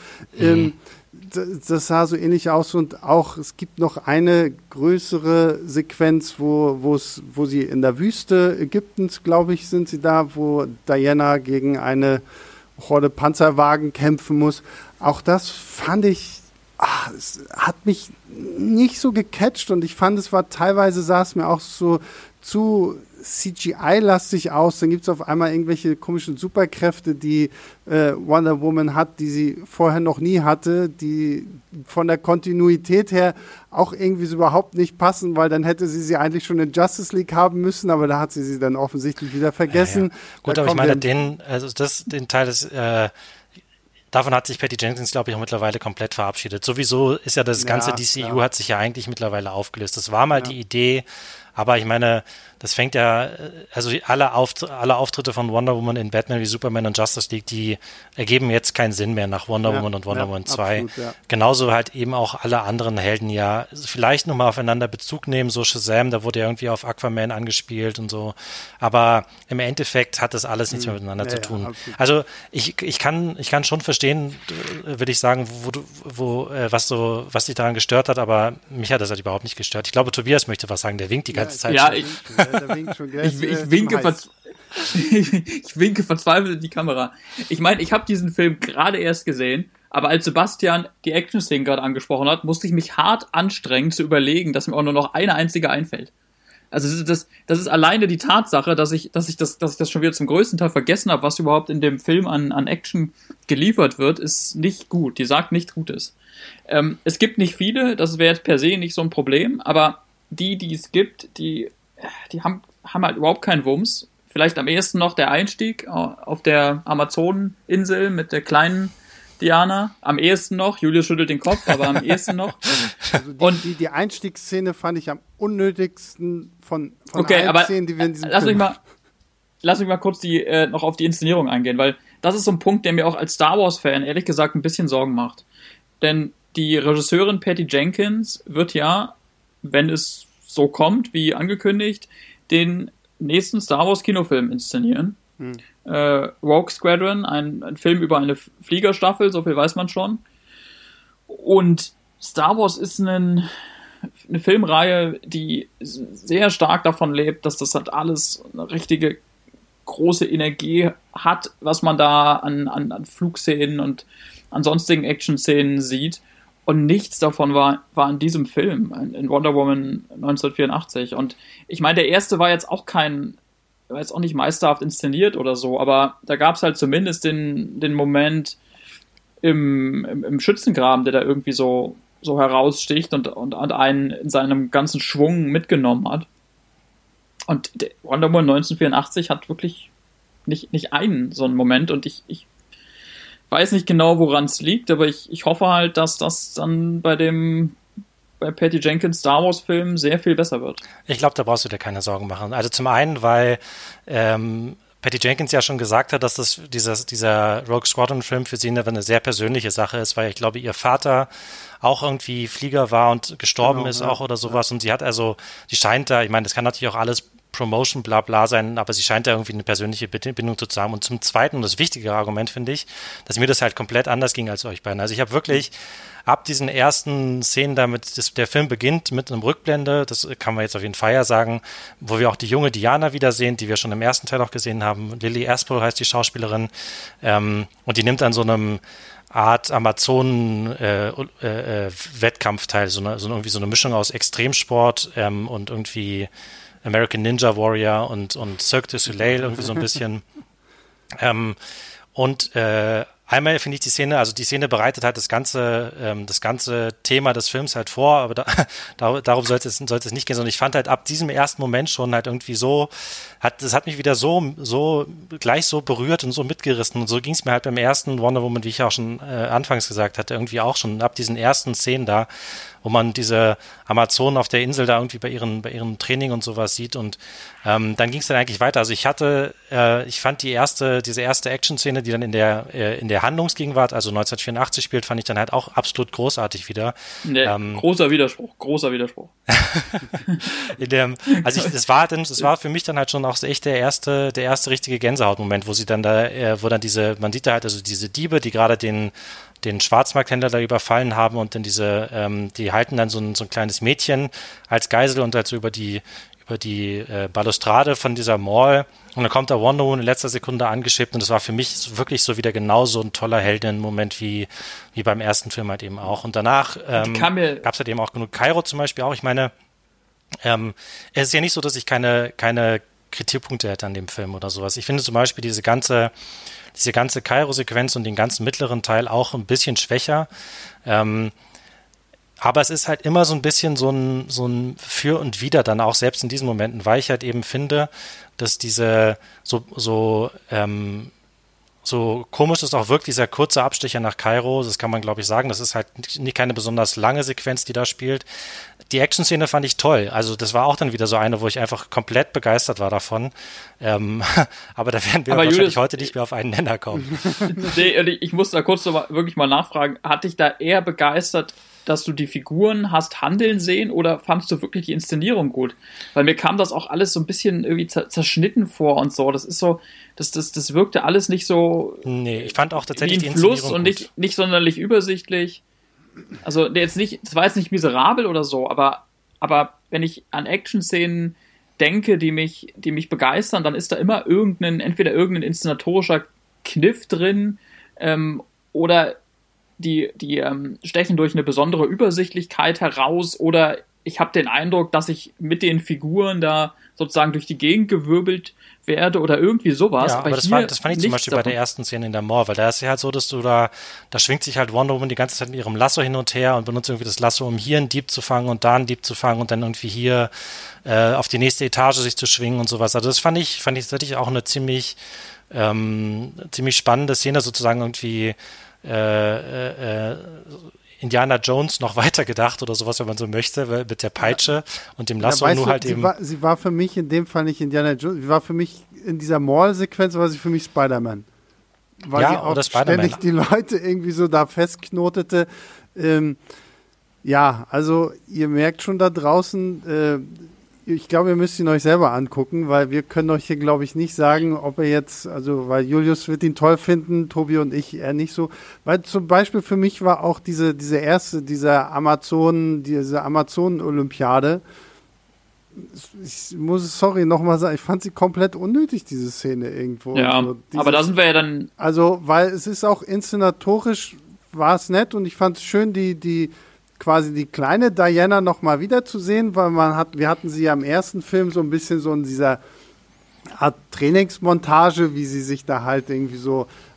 Das sah so ähnlich aus und auch, es gibt noch eine größere Sequenz, wo sie in der Wüste Ägyptens, glaube ich, sind sie da, wo Diana gegen eine Horde Panzerwagen kämpfen muss. Auch das fand ich, es hat mich nicht so gecatcht und ich fand, sah es mir auch so zu CGI-lastig aus. Dann gibt es auf einmal irgendwelche komischen Superkräfte, die Wonder Woman hat, die sie vorher noch nie hatte, die von der Kontinuität her auch irgendwie so überhaupt nicht passen, weil dann hätte sie eigentlich schon in Justice League haben müssen, aber da hat sie dann offensichtlich wieder vergessen. Ja. Gut, aber ich meine, den Teil des davon hat sich Patty Jenkins, glaube ich, auch mittlerweile komplett verabschiedet. Sowieso ist ja das ganze DCU hat sich ja eigentlich mittlerweile aufgelöst. Das war mal die Idee, aber ich meine, das fängt ja, also alle Auftritte von Wonder Woman in Batman wie Superman und Justice League, die ergeben jetzt keinen Sinn mehr nach Wonder Woman und Wonder Woman 2. Absolut, ja. Genauso halt eben auch alle anderen Helden ja vielleicht nochmal aufeinander Bezug nehmen, so Shazam, da wurde ja irgendwie auf Aquaman angespielt und so. Aber im Endeffekt hat das alles nichts mehr miteinander zu tun. Ja, also ich kann schon verstehen, würde ich sagen, was dich daran gestört hat, aber mich hat das halt überhaupt nicht gestört. Ich glaube, Tobias möchte was sagen, der winkt die ganze Zeit. Ja, ich winke verzweifelt in die Kamera. Ich meine, ich habe diesen Film gerade erst gesehen, aber als Sebastian die Action-Szenen gerade angesprochen hat, musste ich mich hart anstrengen zu überlegen, dass mir auch nur noch eine einzige einfällt. Also das ist alleine die Tatsache, dass ich das schon wieder zum größten Teil vergessen habe, was überhaupt in dem Film an Action geliefert wird, ist nicht gut. Die sagt nicht Gutes. Es gibt nicht viele, das wäre jetzt per se nicht so ein Problem, aber die es gibt, die haben halt überhaupt keinen Wumms. Vielleicht am ehesten noch der Einstieg auf der Amazoneninsel mit der kleinen Diana. Am ehesten noch. Julius schüttelt den Kopf, aber am ehesten noch. Also die Einstiegsszene fand ich am unnötigsten von okay, allen Szenen, die wir in diesem Film haben. Lass mich mal kurz noch auf die Inszenierung eingehen, weil das ist so ein Punkt, der mir auch als Star Wars-Fan ehrlich gesagt ein bisschen Sorgen macht. Denn die Regisseurin Patty Jenkins wird ja, wenn es so kommt, wie angekündigt, den nächsten Star Wars Kinofilm inszenieren. Rogue Squadron, ein Film über eine Fliegerstaffel, so viel weiß man schon. Und Star Wars ist eine Filmreihe, die sehr stark davon lebt, dass das halt alles eine richtige große Energie hat, was man da an Flugszenen und an sonstigen Action-Szenen sieht. Und nichts davon war in diesem Film, in Wonder Woman 1984. Und ich meine, der erste war jetzt auch nicht meisterhaft inszeniert oder so, aber da gab es halt zumindest den Moment im Schützengraben, der da irgendwie so heraussticht und einen in seinem ganzen Schwung mitgenommen hat. Und Wonder Woman 1984 hat wirklich nicht einen so einen Moment und ich weiß nicht genau, woran es liegt, aber ich hoffe halt, dass das dann bei Patty Jenkins Star Wars Film sehr viel besser wird. Ich glaube, da brauchst du dir keine Sorgen machen. Also zum einen, weil Patty Jenkins ja schon gesagt hat, dass dieser Rogue Squadron Film für sie eine sehr persönliche Sache ist, weil ich glaube, ihr Vater auch irgendwie Flieger war und gestorben ist auch oder sowas und sie scheint da, ich meine, das kann natürlich auch alles Promotion, bla bla sein, aber sie scheint da irgendwie eine persönliche Bindung zu haben. Und zum Zweiten, und das wichtigere Argument finde ich, dass mir das halt komplett anders ging als euch beiden. Also ich habe wirklich ab diesen ersten Szenen damit, der Film beginnt mit einem Rückblende, das kann man jetzt auf jeden Fall ja sagen, wo wir auch die junge Diana wiedersehen, die wir schon im ersten Teil auch gesehen haben. Lily Aspel heißt die Schauspielerin, und die nimmt an so einem Art Amazonen-Wettkampf teil, irgendwie so eine Mischung aus Extremsport und irgendwie American Ninja Warrior und Cirque du Soleil irgendwie so ein bisschen. Einmal finde ich die Szene bereitet halt das ganze Thema des Films halt vor, aber darum sollte es nicht gehen, sondern ich fand halt ab diesem ersten Moment schon halt irgendwie das hat mich wieder so gleich so berührt und so mitgerissen und so ging es mir halt beim ersten Wonder Woman, wie ich auch schon anfangs gesagt hatte, irgendwie auch schon ab diesen ersten Szenen da, wo man diese Amazonen auf der Insel da irgendwie bei ihrem Training und sowas sieht und dann ging es dann eigentlich weiter. Also ich fand diese erste Action-Szene, die dann in der Handlungsgegenwart, also 1984 spielt, fand ich dann halt auch absolut großartig wieder. Großer Widerspruch. Das war für mich dann halt schon auch echt der erste richtige Gänsehautmoment, wo sie dann man sieht da halt also diese Diebe, die gerade den Schwarzmarkthändler da überfallen haben und dann die halten dann so ein kleines Mädchen als Geisel und halt so über die Balustrade von dieser Mall und dann kommt da Wonder Woman in letzter Sekunde angeschippt und das war für mich wirklich so wieder genauso ein toller Heldenmoment wie beim ersten Film halt eben auch. Und danach gab es halt eben auch genug. Kairo zum Beispiel auch. Ich meine, es ist ja nicht so, dass ich keine Kritikpunkte hätte an dem Film oder sowas. Ich finde zum Beispiel diese ganze Kairo-Sequenz und den ganzen mittleren Teil auch ein bisschen schwächer. Aber es ist halt immer so ein bisschen so ein Für und Wider dann auch selbst in diesen Momenten, weil ich halt eben finde, dass diese so komisch es auch wirkt, dieser kurze Abstecher nach Kairo, das kann man glaube ich sagen, das ist halt keine besonders lange Sequenz, die da spielt. Die Action-Szene fand ich toll, also das war auch dann wieder so eine, wo ich einfach komplett begeistert war davon, aber da werden wir wahrscheinlich Julius, heute nicht mehr auf einen Nenner kommen. Nee, ich muss da kurz wirklich mal nachfragen, hat dich da eher begeistert, dass du die Figuren hast handeln sehen oder fandst du wirklich die Inszenierung gut? Weil mir kam das auch alles so ein bisschen irgendwie zerschnitten vor und so. Das ist so, das wirkte alles nicht so. Nee, ich fand auch tatsächlich die Inszenierung Fluss und nicht sonderlich übersichtlich. Also das war jetzt nicht miserabel oder so, aber wenn ich an Action-Szenen denke, die mich begeistern, dann ist da immer entweder irgendein inszenatorischer Kniff drin oder die stechen durch eine besondere Übersichtlichkeit heraus oder ich habe den Eindruck, dass ich mit den Figuren da sozusagen durch die Gegend gewirbelt werde oder irgendwie sowas. Ja, aber das fand ich zum Beispiel bei der ersten Szene in der Mall, weil da ist ja halt so, dass da schwingt sich halt Wonder Woman die ganze Zeit mit ihrem Lasso hin und her und benutzt irgendwie das Lasso, um hier einen Dieb zu fangen und da einen Dieb zu fangen und dann irgendwie hier auf die nächste Etage sich zu schwingen und sowas. Also das fand ich tatsächlich auch eine ziemlich spannende Szene, sozusagen irgendwie Indiana Jones noch weiter gedacht oder sowas, wenn man so möchte, mit der Peitsche und dem Lasso sie war für mich in dem Fall nicht Indiana Jones, sie war für mich in dieser Mall-Sequenz, war sie für mich Spider-Man. Weil sie auch ständig die Leute irgendwie so da festknotete. Also ihr merkt schon da draußen, ich glaube, ihr müsst ihn euch selber angucken, weil wir können euch hier, glaube ich, nicht sagen, ob er jetzt, also, weil Julius wird ihn toll finden, Tobi und ich eher nicht so, weil zum Beispiel für mich war auch diese Amazonen-Olympiade, ich muss, sorry, nochmal sagen, ich fand sie komplett unnötig, diese Szene irgendwo. Ja, so, aber da sind wir ja dann... Also, weil es ist auch inszenatorisch, war es nett und ich fand es schön, quasi die kleine Diana noch mal wieder zu sehen, weil wir hatten sie ja im ersten Film so ein bisschen so in dieser Art Trainingsmontage, wie sie sich da halt irgendwie so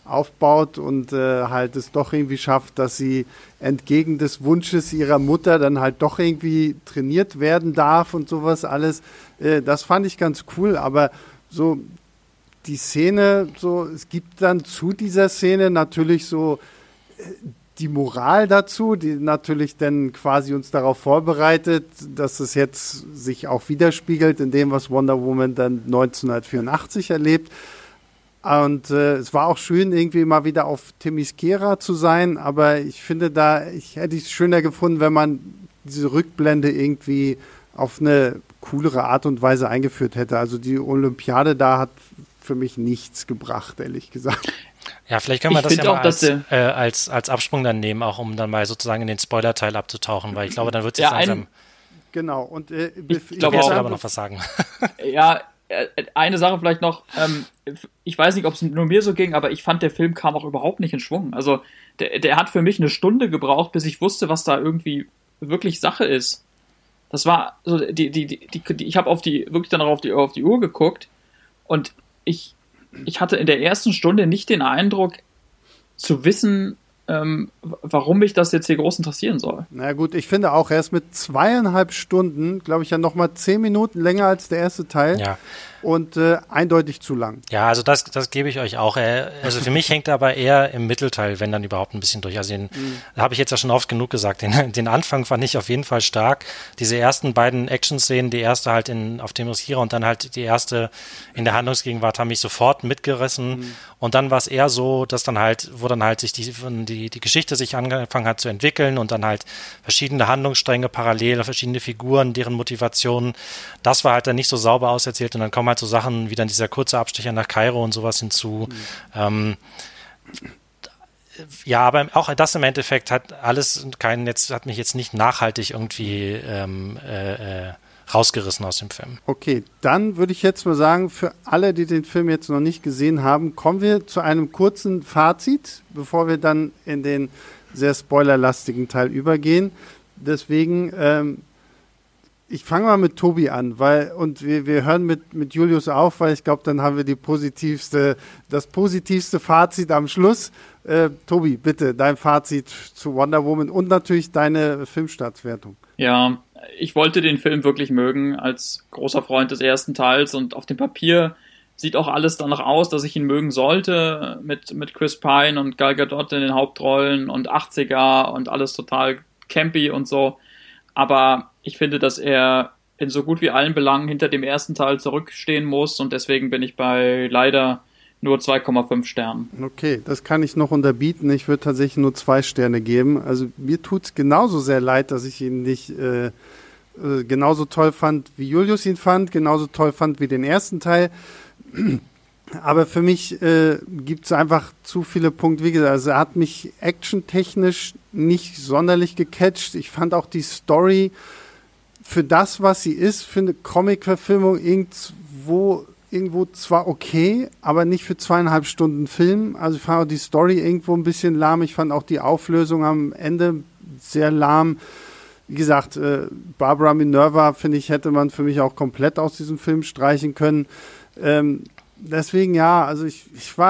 aufbaut und halt es doch irgendwie schafft, dass sie entgegen des Wunsches ihrer Mutter dann halt doch irgendwie trainiert werden darf und sowas alles. Das fand ich ganz cool, aber so die Szene, so es gibt dann zu dieser Szene natürlich so die Moral dazu, die natürlich dann quasi uns darauf vorbereitet, dass es jetzt sich auch widerspiegelt in dem, was Wonder Woman dann 1984 erlebt. Und es war auch schön, irgendwie mal wieder auf Themyscira zu sein, aber ich finde ich hätte es schöner gefunden, wenn man diese Rückblende irgendwie auf eine coolere Art und Weise eingeführt hätte. Also die Olympiade da hat für mich nichts gebracht, ehrlich gesagt. Ja, vielleicht können wir das ja mal als Absprung dann nehmen, auch um dann mal sozusagen in den Spoiler-Teil abzutauchen, weil ich glaube, dann wird es langsam... Genau, und ich glaube auch, aber noch was sagen. Ja, eine Sache vielleicht noch, ich weiß nicht, ob es nur mir so ging, aber ich fand, der Film kam auch überhaupt nicht in Schwung. Also der hat für mich eine Stunde gebraucht, bis ich wusste, was da irgendwie wirklich Sache ist. Das war so, ich habe wirklich dann auf die Uhr geguckt und ich hatte in der ersten Stunde nicht den Eindruck zu wissen, warum mich das jetzt hier groß interessieren soll. Na gut, ich finde auch, er ist mit 2,5 Stunden, glaube ich, ja nochmal 10 Minuten länger als der erste Teil. Ja. Und eindeutig zu lang. Ja, also das gebe ich euch auch. Also für mich hängt er aber eher im Mittelteil, wenn dann überhaupt ein bisschen durch. Also habe ich jetzt ja schon oft genug gesagt. Den Anfang fand ich auf jeden Fall stark. Diese ersten beiden Action-Szenen, die erste halt auf dem Riskierer und dann halt die erste in der Handlungsgegenwart, haben mich sofort mitgerissen. Und dann war es eher so, dass wo dann halt sich die Geschichte sich angefangen hat zu entwickeln und dann halt verschiedene Handlungsstränge parallel, verschiedene Figuren, deren Motivationen. Das war halt dann nicht so sauber auserzählt und dann kommen halt so Sachen wie dann dieser kurze Abstecher nach Kairo und sowas hinzu. Ja, aber auch das im Endeffekt hat mich jetzt nicht nachhaltig irgendwie rausgerissen aus dem Film. Okay, dann würde ich jetzt mal sagen, für alle, die den Film jetzt noch nicht gesehen haben, kommen wir zu einem kurzen Fazit, bevor wir dann in den sehr spoilerlastigen Teil übergehen. Deswegen, ich fange mal mit Tobi an, wir hören mit Julius auf, weil ich glaube, dann haben wir das positivste Fazit am Schluss. Tobi, bitte, dein Fazit zu Wonder Woman und natürlich deine Filmstartwertung. Ja, ich wollte den Film wirklich mögen, als großer Freund des ersten Teils, und auf dem Papier sieht auch alles danach aus, dass ich ihn mögen sollte, mit Chris Pine und Gal Gadot in den Hauptrollen und 80er und alles total campy und so. Aber ich finde, dass er in so gut wie allen Belangen hinter dem ersten Teil zurückstehen muss, und deswegen bin ich bei leider nur 2,5 Sternen. Okay, das kann ich noch unterbieten. Ich würde tatsächlich nur 2 Sterne geben. Also mir tut es genauso sehr leid, dass ich ihn nicht genauso toll fand, wie Julius ihn fand, genauso toll fand wie den ersten Teil. Aber für mich gibt es einfach zu viele Punkte. Wie gesagt, also er hat mich actiontechnisch nicht sonderlich gecatcht. Ich fand auch die Story für das, was sie ist, für eine Comic-Verfilmung irgendwo zwar okay, aber nicht für 2,5 Stunden Film. Also ich fand auch die Story irgendwo ein bisschen lahm. Ich fand auch die Auflösung am Ende sehr lahm. Wie gesagt, Barbara Minerva, finde ich, hätte man für mich auch komplett aus diesem Film streichen können. Deswegen ja, also ich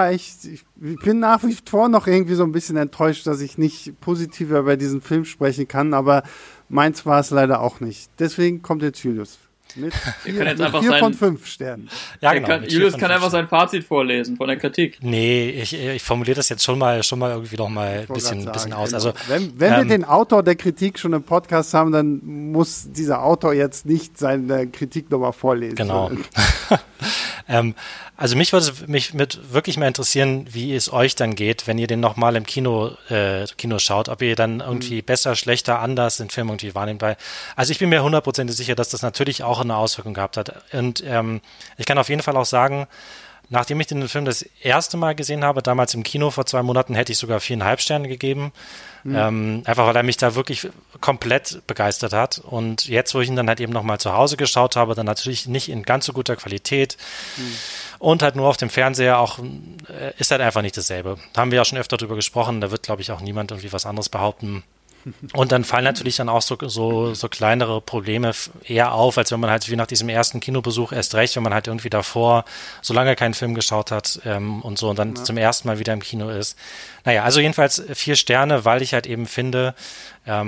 bin nach wie vor noch irgendwie so ein bisschen enttäuscht, dass ich nicht positiver über diesen Film sprechen kann, aber meins war es leider auch nicht. Deswegen kommt jetzt Julius. Mit 4 von 5 Sternen. Ja, genau. Julius kann einfach sein Fazit vorlesen von der Kritik. Nee, ich formuliere das jetzt schon mal irgendwie noch mal ein bisschen aus. Genau. Also, wenn wir den Autor der Kritik schon im Podcast haben, dann muss dieser Autor jetzt nicht seine Kritik nochmal vorlesen. Genau. Also mich würde wirklich mal interessieren, wie es euch dann geht, wenn ihr den nochmal im Kino schaut, ob ihr dann irgendwie besser, schlechter, anders den Film irgendwie wahrnehmt. Also ich bin mir 100% sicher, dass das natürlich auch eine Auswirkung gehabt hat. Und ich kann auf jeden Fall auch sagen, nachdem ich den Film das erste Mal gesehen habe, damals im Kino vor 2 Monaten, hätte ich sogar 4,5 Sterne gegeben. Einfach weil er mich da wirklich komplett begeistert hat. Und jetzt, wo ich ihn dann halt eben nochmal zu Hause geschaut habe, dann natürlich nicht in ganz so guter Qualität und halt nur auf dem Fernseher auch, ist halt einfach nicht dasselbe. Da haben wir ja schon öfter drüber gesprochen, da wird, glaube ich, auch niemand irgendwie was anderes behaupten. Und dann fallen natürlich dann auch so kleinere Probleme eher auf, als wenn man halt wie nach diesem ersten Kinobesuch erst recht, wenn man halt irgendwie davor so lange keinen Film geschaut hat und so und dann zum ersten Mal wieder im Kino ist. Naja, also jedenfalls 4 Sterne, weil ich halt eben finde, er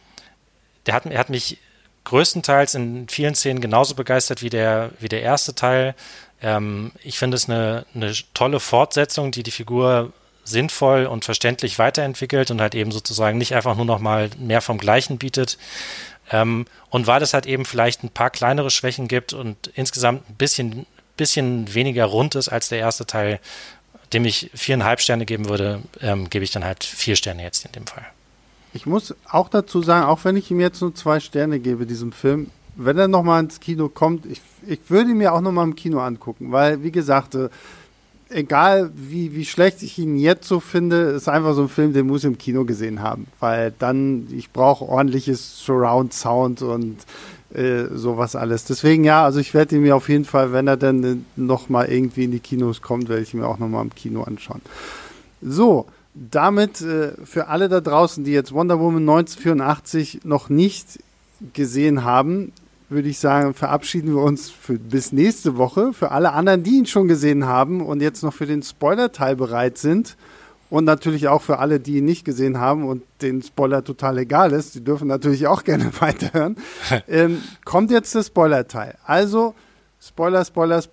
hat mich größtenteils in vielen Szenen genauso begeistert wie der erste Teil. Ich finde es eine tolle Fortsetzung, die Figur sinnvoll und verständlich weiterentwickelt und halt eben sozusagen nicht einfach nur noch mal mehr vom Gleichen bietet. Und weil es halt eben vielleicht ein paar kleinere Schwächen gibt und insgesamt ein bisschen weniger rund ist als der erste Teil, dem ich 4,5 Sterne geben würde, gebe ich dann halt 4 Sterne jetzt in dem Fall. Ich muss auch dazu sagen, auch wenn ich ihm jetzt nur 2 Sterne gebe, diesem Film, wenn er nochmal ins Kino kommt, ich würde ihn mir auch nochmal im Kino angucken, weil, wie gesagt, egal wie schlecht ich ihn jetzt so finde, ist einfach so ein Film, den muss ich im Kino gesehen haben, weil dann, ich brauche ordentliches Surround-Sound und sowas alles. Deswegen ja, also ich werde ihn mir auf jeden Fall, wenn er dann nochmal irgendwie in die Kinos kommt, werde ich ihn mir auch nochmal im Kino anschauen. So, damit für alle da draußen, die jetzt Wonder Woman 1984 noch nicht gesehen haben, würde ich sagen, verabschieden wir uns bis nächste Woche. Für alle anderen, die ihn schon gesehen haben und jetzt noch für den Spoiler-Teil bereit sind und natürlich auch für alle, die ihn nicht gesehen haben und den Spoiler total egal ist, die dürfen natürlich auch gerne weiterhören, kommt jetzt der Spoiler-Teil. Also Spoiler.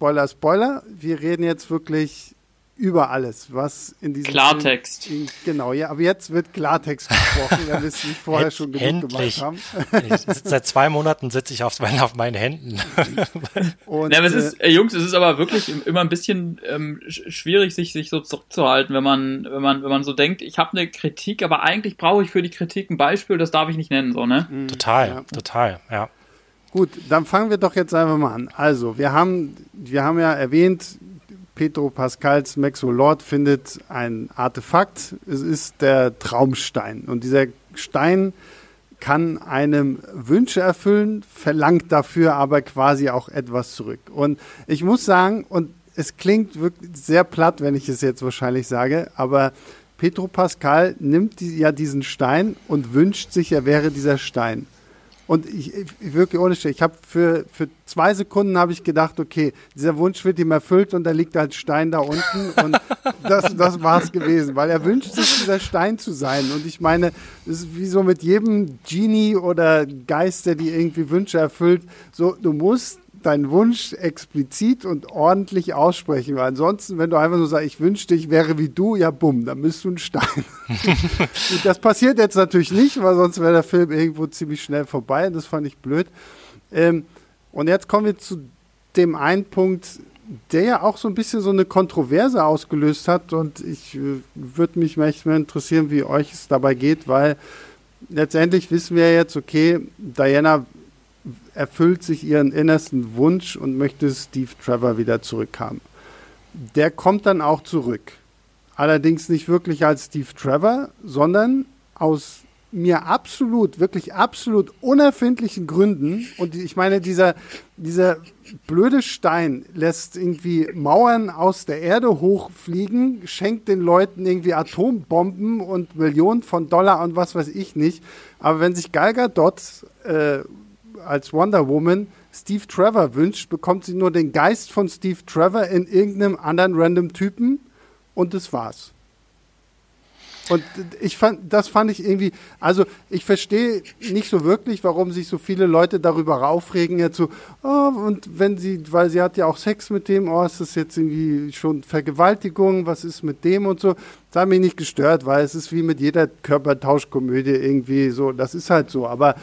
Wir reden jetzt wirklich über alles, was in diesem Klartext. Film, genau, ja, aber jetzt wird Klartext gesprochen, wenn wir es nicht vorher schon genug gemacht haben. Seit 2 Monaten sitze ich auf meinen Händen. Und, aber Jungs, es ist aber wirklich immer ein bisschen schwierig, sich so zurückzuhalten, wenn man so denkt, ich habe eine Kritik, aber eigentlich brauche ich für die Kritik ein Beispiel, das darf ich nicht nennen, so, ne? Total, ja. Gut, dann fangen wir doch jetzt einfach mal an. Also, wir haben ja erwähnt, Pedro Pascals Mexolord findet ein Artefakt. Es ist der Traumstein. Und dieser Stein kann einem Wünsche erfüllen, verlangt dafür aber quasi auch etwas zurück. Und ich muss sagen, und es klingt wirklich sehr platt, wenn ich es jetzt wahrscheinlich sage, aber Pedro Pascal nimmt diesen Stein und wünscht sich, er wäre dieser Stein. Und ich wirklich ohne Scheiß, ich habe für 2 Sekunden habe ich gedacht, okay, dieser Wunsch wird ihm erfüllt und da liegt halt Stein da unten und das war es gewesen, weil er wünscht sich, dieser Stein zu sein. Und ich meine, es ist wie so mit jedem Genie oder Geist, der dir irgendwie Wünsche erfüllt, so, du musst deinen Wunsch explizit und ordentlich aussprechen, weil ansonsten, wenn du einfach so sagst, ich wünschte, ich wäre wie du, ja bumm, dann bist du ein Stein. Gut, das passiert jetzt natürlich nicht, weil sonst wäre der Film irgendwo ziemlich schnell vorbei und das fand ich blöd. Und jetzt kommen wir zu dem einen Punkt, der ja auch so ein bisschen so eine Kontroverse ausgelöst hat und ich würde mich echt mal interessieren, wie euch es dabei geht, weil letztendlich wissen wir jetzt, okay, Diana erfüllt sich ihren innersten Wunsch und möchte Steve Trevor wieder zurückhaben. Der kommt dann auch zurück. Allerdings nicht wirklich als Steve Trevor, sondern aus mir wirklich absolut unerfindlichen Gründen. Und ich meine, dieser blöde Stein lässt irgendwie Mauern aus der Erde hochfliegen, schenkt den Leuten irgendwie Atombomben und Millionen von Dollar und was weiß ich nicht. Aber wenn sich Gal Gadot als Wonder Woman Steve Trevor wünscht, bekommt sie nur den Geist von Steve Trevor in irgendeinem anderen random Typen und das war's. Und das fand ich irgendwie, also ich verstehe nicht so wirklich, warum sich so viele Leute darüber aufregen, jetzt so, und weil sie hat ja auch Sex mit dem, ist das jetzt irgendwie schon Vergewaltigung, was ist mit dem und so. Das hat mich nicht gestört, weil es ist wie mit jeder Körpertauschkomödie irgendwie so, das ist halt so, aber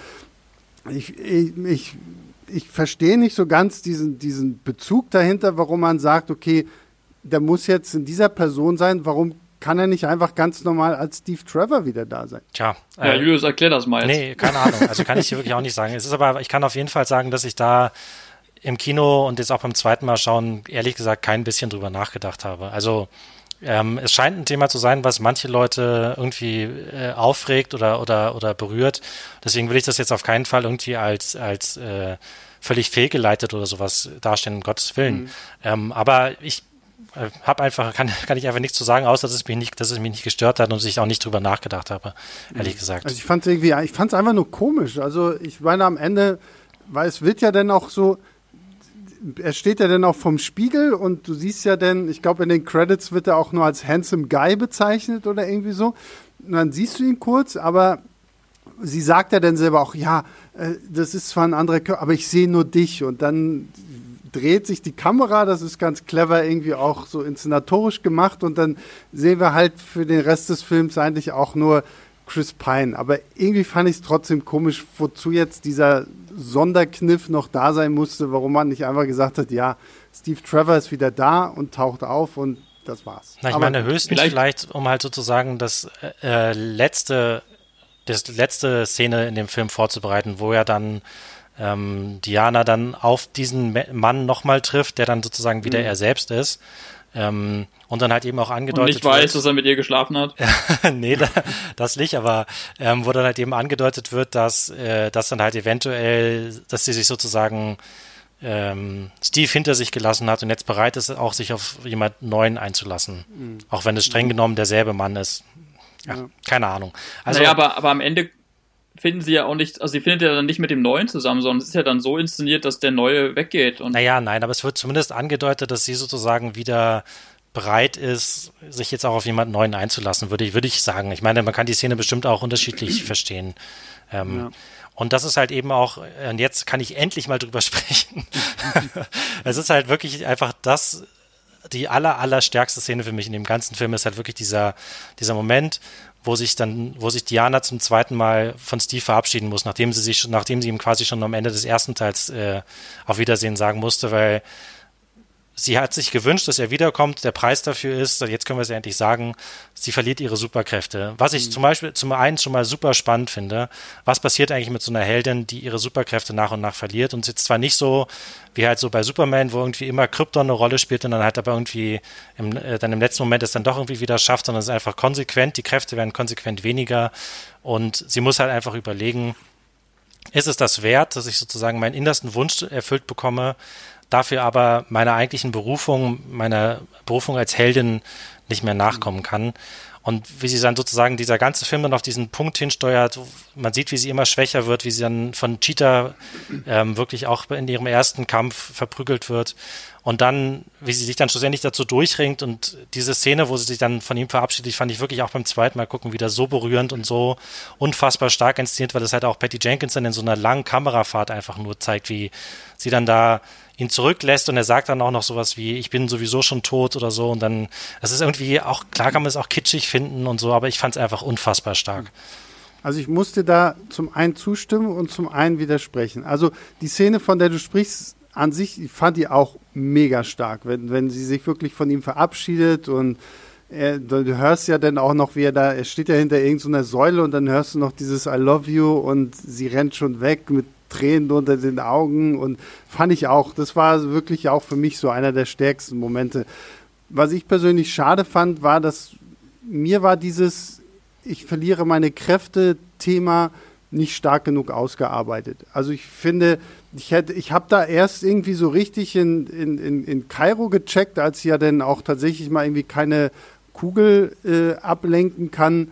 ich verstehe nicht so ganz diesen Bezug dahinter, warum man sagt, okay, der muss jetzt in dieser Person sein, warum kann er nicht einfach ganz normal als Steve Trevor wieder da sein? Tja. Ja, Julius, erklär das mal jetzt. Nee, keine Ahnung. Also kann ich dir wirklich auch nicht sagen. Es ist aber, ich kann auf jeden Fall sagen, dass ich da im Kino und jetzt auch beim zweiten Mal schauen, ehrlich gesagt, kein bisschen drüber nachgedacht habe. Also es scheint ein Thema zu sein, was manche Leute irgendwie aufregt oder berührt. Deswegen will ich das jetzt auf keinen Fall irgendwie als völlig fehlgeleitet oder sowas darstellen, um Gottes Willen. Aber kann ich einfach nichts zu sagen, außer dass es mich nicht gestört hat und ich auch nicht drüber nachgedacht habe, ehrlich gesagt. Also ich fand es einfach nur komisch. Also ich meine am Ende, weil es wird ja dann auch so, er steht ja dann auch vom Spiegel und du siehst ja dann, ich glaube in den Credits wird er auch nur als Handsome Guy bezeichnet oder irgendwie so. Und dann siehst du ihn kurz, aber sie sagt ja dann selber auch, ja, das ist zwar ein anderer Körper, aber ich sehe nur dich. Und dann dreht sich die Kamera, das ist ganz clever irgendwie auch so inszenatorisch gemacht und dann sehen wir halt für den Rest des Films eigentlich auch nur Chris Pine. Aber irgendwie fand ich es trotzdem komisch, wozu jetzt dieser Sonderkniff noch da sein musste, warum man nicht einfach gesagt hat, ja, Steve Trevor ist wieder da und taucht auf und das war's. Na, ich meine höchstens vielleicht, um halt sozusagen das letzte Szene in dem Film vorzubereiten, wo ja dann Diana dann auf diesen Mann nochmal trifft, der dann sozusagen wieder er selbst ist. Und dann halt eben auch angedeutet wird. Und nicht weiß, dass er mit ihr geschlafen hat. Nee, das nicht, aber wo dann halt eben angedeutet wird, dass dann halt eventuell, dass sie sich sozusagen Steve hinter sich gelassen hat und jetzt bereit ist, auch sich auf jemand Neuen einzulassen. Auch wenn es streng genommen derselbe Mann ist. Ja. Keine Ahnung. Also, naja, aber am Ende finden sie ja auch nicht, also sie findet ja dann nicht mit dem Neuen zusammen, sondern es ist ja dann so inszeniert, dass der Neue weggeht. Und nein, aber es wird zumindest angedeutet, dass sie sozusagen wieder bereit ist, sich jetzt auch auf jemanden Neuen einzulassen, würde ich sagen. Ich meine, man kann die Szene bestimmt auch unterschiedlich verstehen. Und das ist halt eben auch, und jetzt kann ich endlich mal drüber sprechen. Es ist halt wirklich einfach die allerstärkste Szene für mich in dem ganzen Film ist halt wirklich dieser Moment, wo sich Diana zum zweiten Mal von Steve verabschieden muss, nachdem sie ihm quasi schon am Ende des ersten Teils auf Wiedersehen sagen musste, weil sie hat sich gewünscht, dass er wiederkommt. Der Preis dafür ist, jetzt können wir es ja endlich sagen, sie verliert ihre Superkräfte. Was ich zum einen schon mal super spannend finde, was passiert eigentlich mit so einer Heldin, die ihre Superkräfte nach und nach verliert und jetzt zwar nicht so, wie halt so bei Superman, wo irgendwie immer Krypton eine Rolle spielt und dann halt aber irgendwie dann im letzten Moment es dann doch irgendwie wieder schafft, sondern es ist einfach konsequent, die Kräfte werden konsequent weniger und sie muss halt einfach überlegen, ist es das wert, dass ich sozusagen meinen innersten Wunsch erfüllt bekomme, dafür aber meiner Berufung als Heldin nicht mehr nachkommen kann. Und wie sie dann sozusagen dieser ganze Film dann auf diesen Punkt hinsteuert, man sieht, wie sie immer schwächer wird, wie sie dann von Cheetah wirklich auch in ihrem ersten Kampf verprügelt wird. Und dann, wie sie sich dann schlussendlich dazu durchringt und diese Szene, wo sie sich dann von ihm verabschiedet, fand ich wirklich auch beim zweiten Mal gucken wieder so berührend und so unfassbar stark inszeniert, weil das halt auch Patty Jenkins dann in so einer langen Kamerafahrt einfach nur zeigt, wie sie dann da ihn zurücklässt und er sagt dann auch noch sowas wie, ich bin sowieso schon tot oder so und dann, das ist irgendwie auch, klar kann man es auch kitschig finden und so, aber ich fand es einfach unfassbar stark. Also ich musste da zum einen zustimmen und zum einen widersprechen. Also die Szene, von der du sprichst, an sich, ich fand die auch mega stark, wenn sie sich wirklich von ihm verabschiedet und du hörst ja dann auch noch, wie er steht ja hinter irgendeiner Säule und dann hörst du noch dieses I love you und sie rennt schon weg mit Tränen unter den Augen und fand ich auch, das war wirklich auch für mich so einer der stärksten Momente. Was ich persönlich schade fand, war, dass mir war dieses ich verliere meine Kräfte Thema nicht stark genug ausgearbeitet. Also ich finde, ich habe da erst irgendwie so richtig in Kairo gecheckt, als sie ja dann auch tatsächlich mal irgendwie keine Kugel ablenken kann,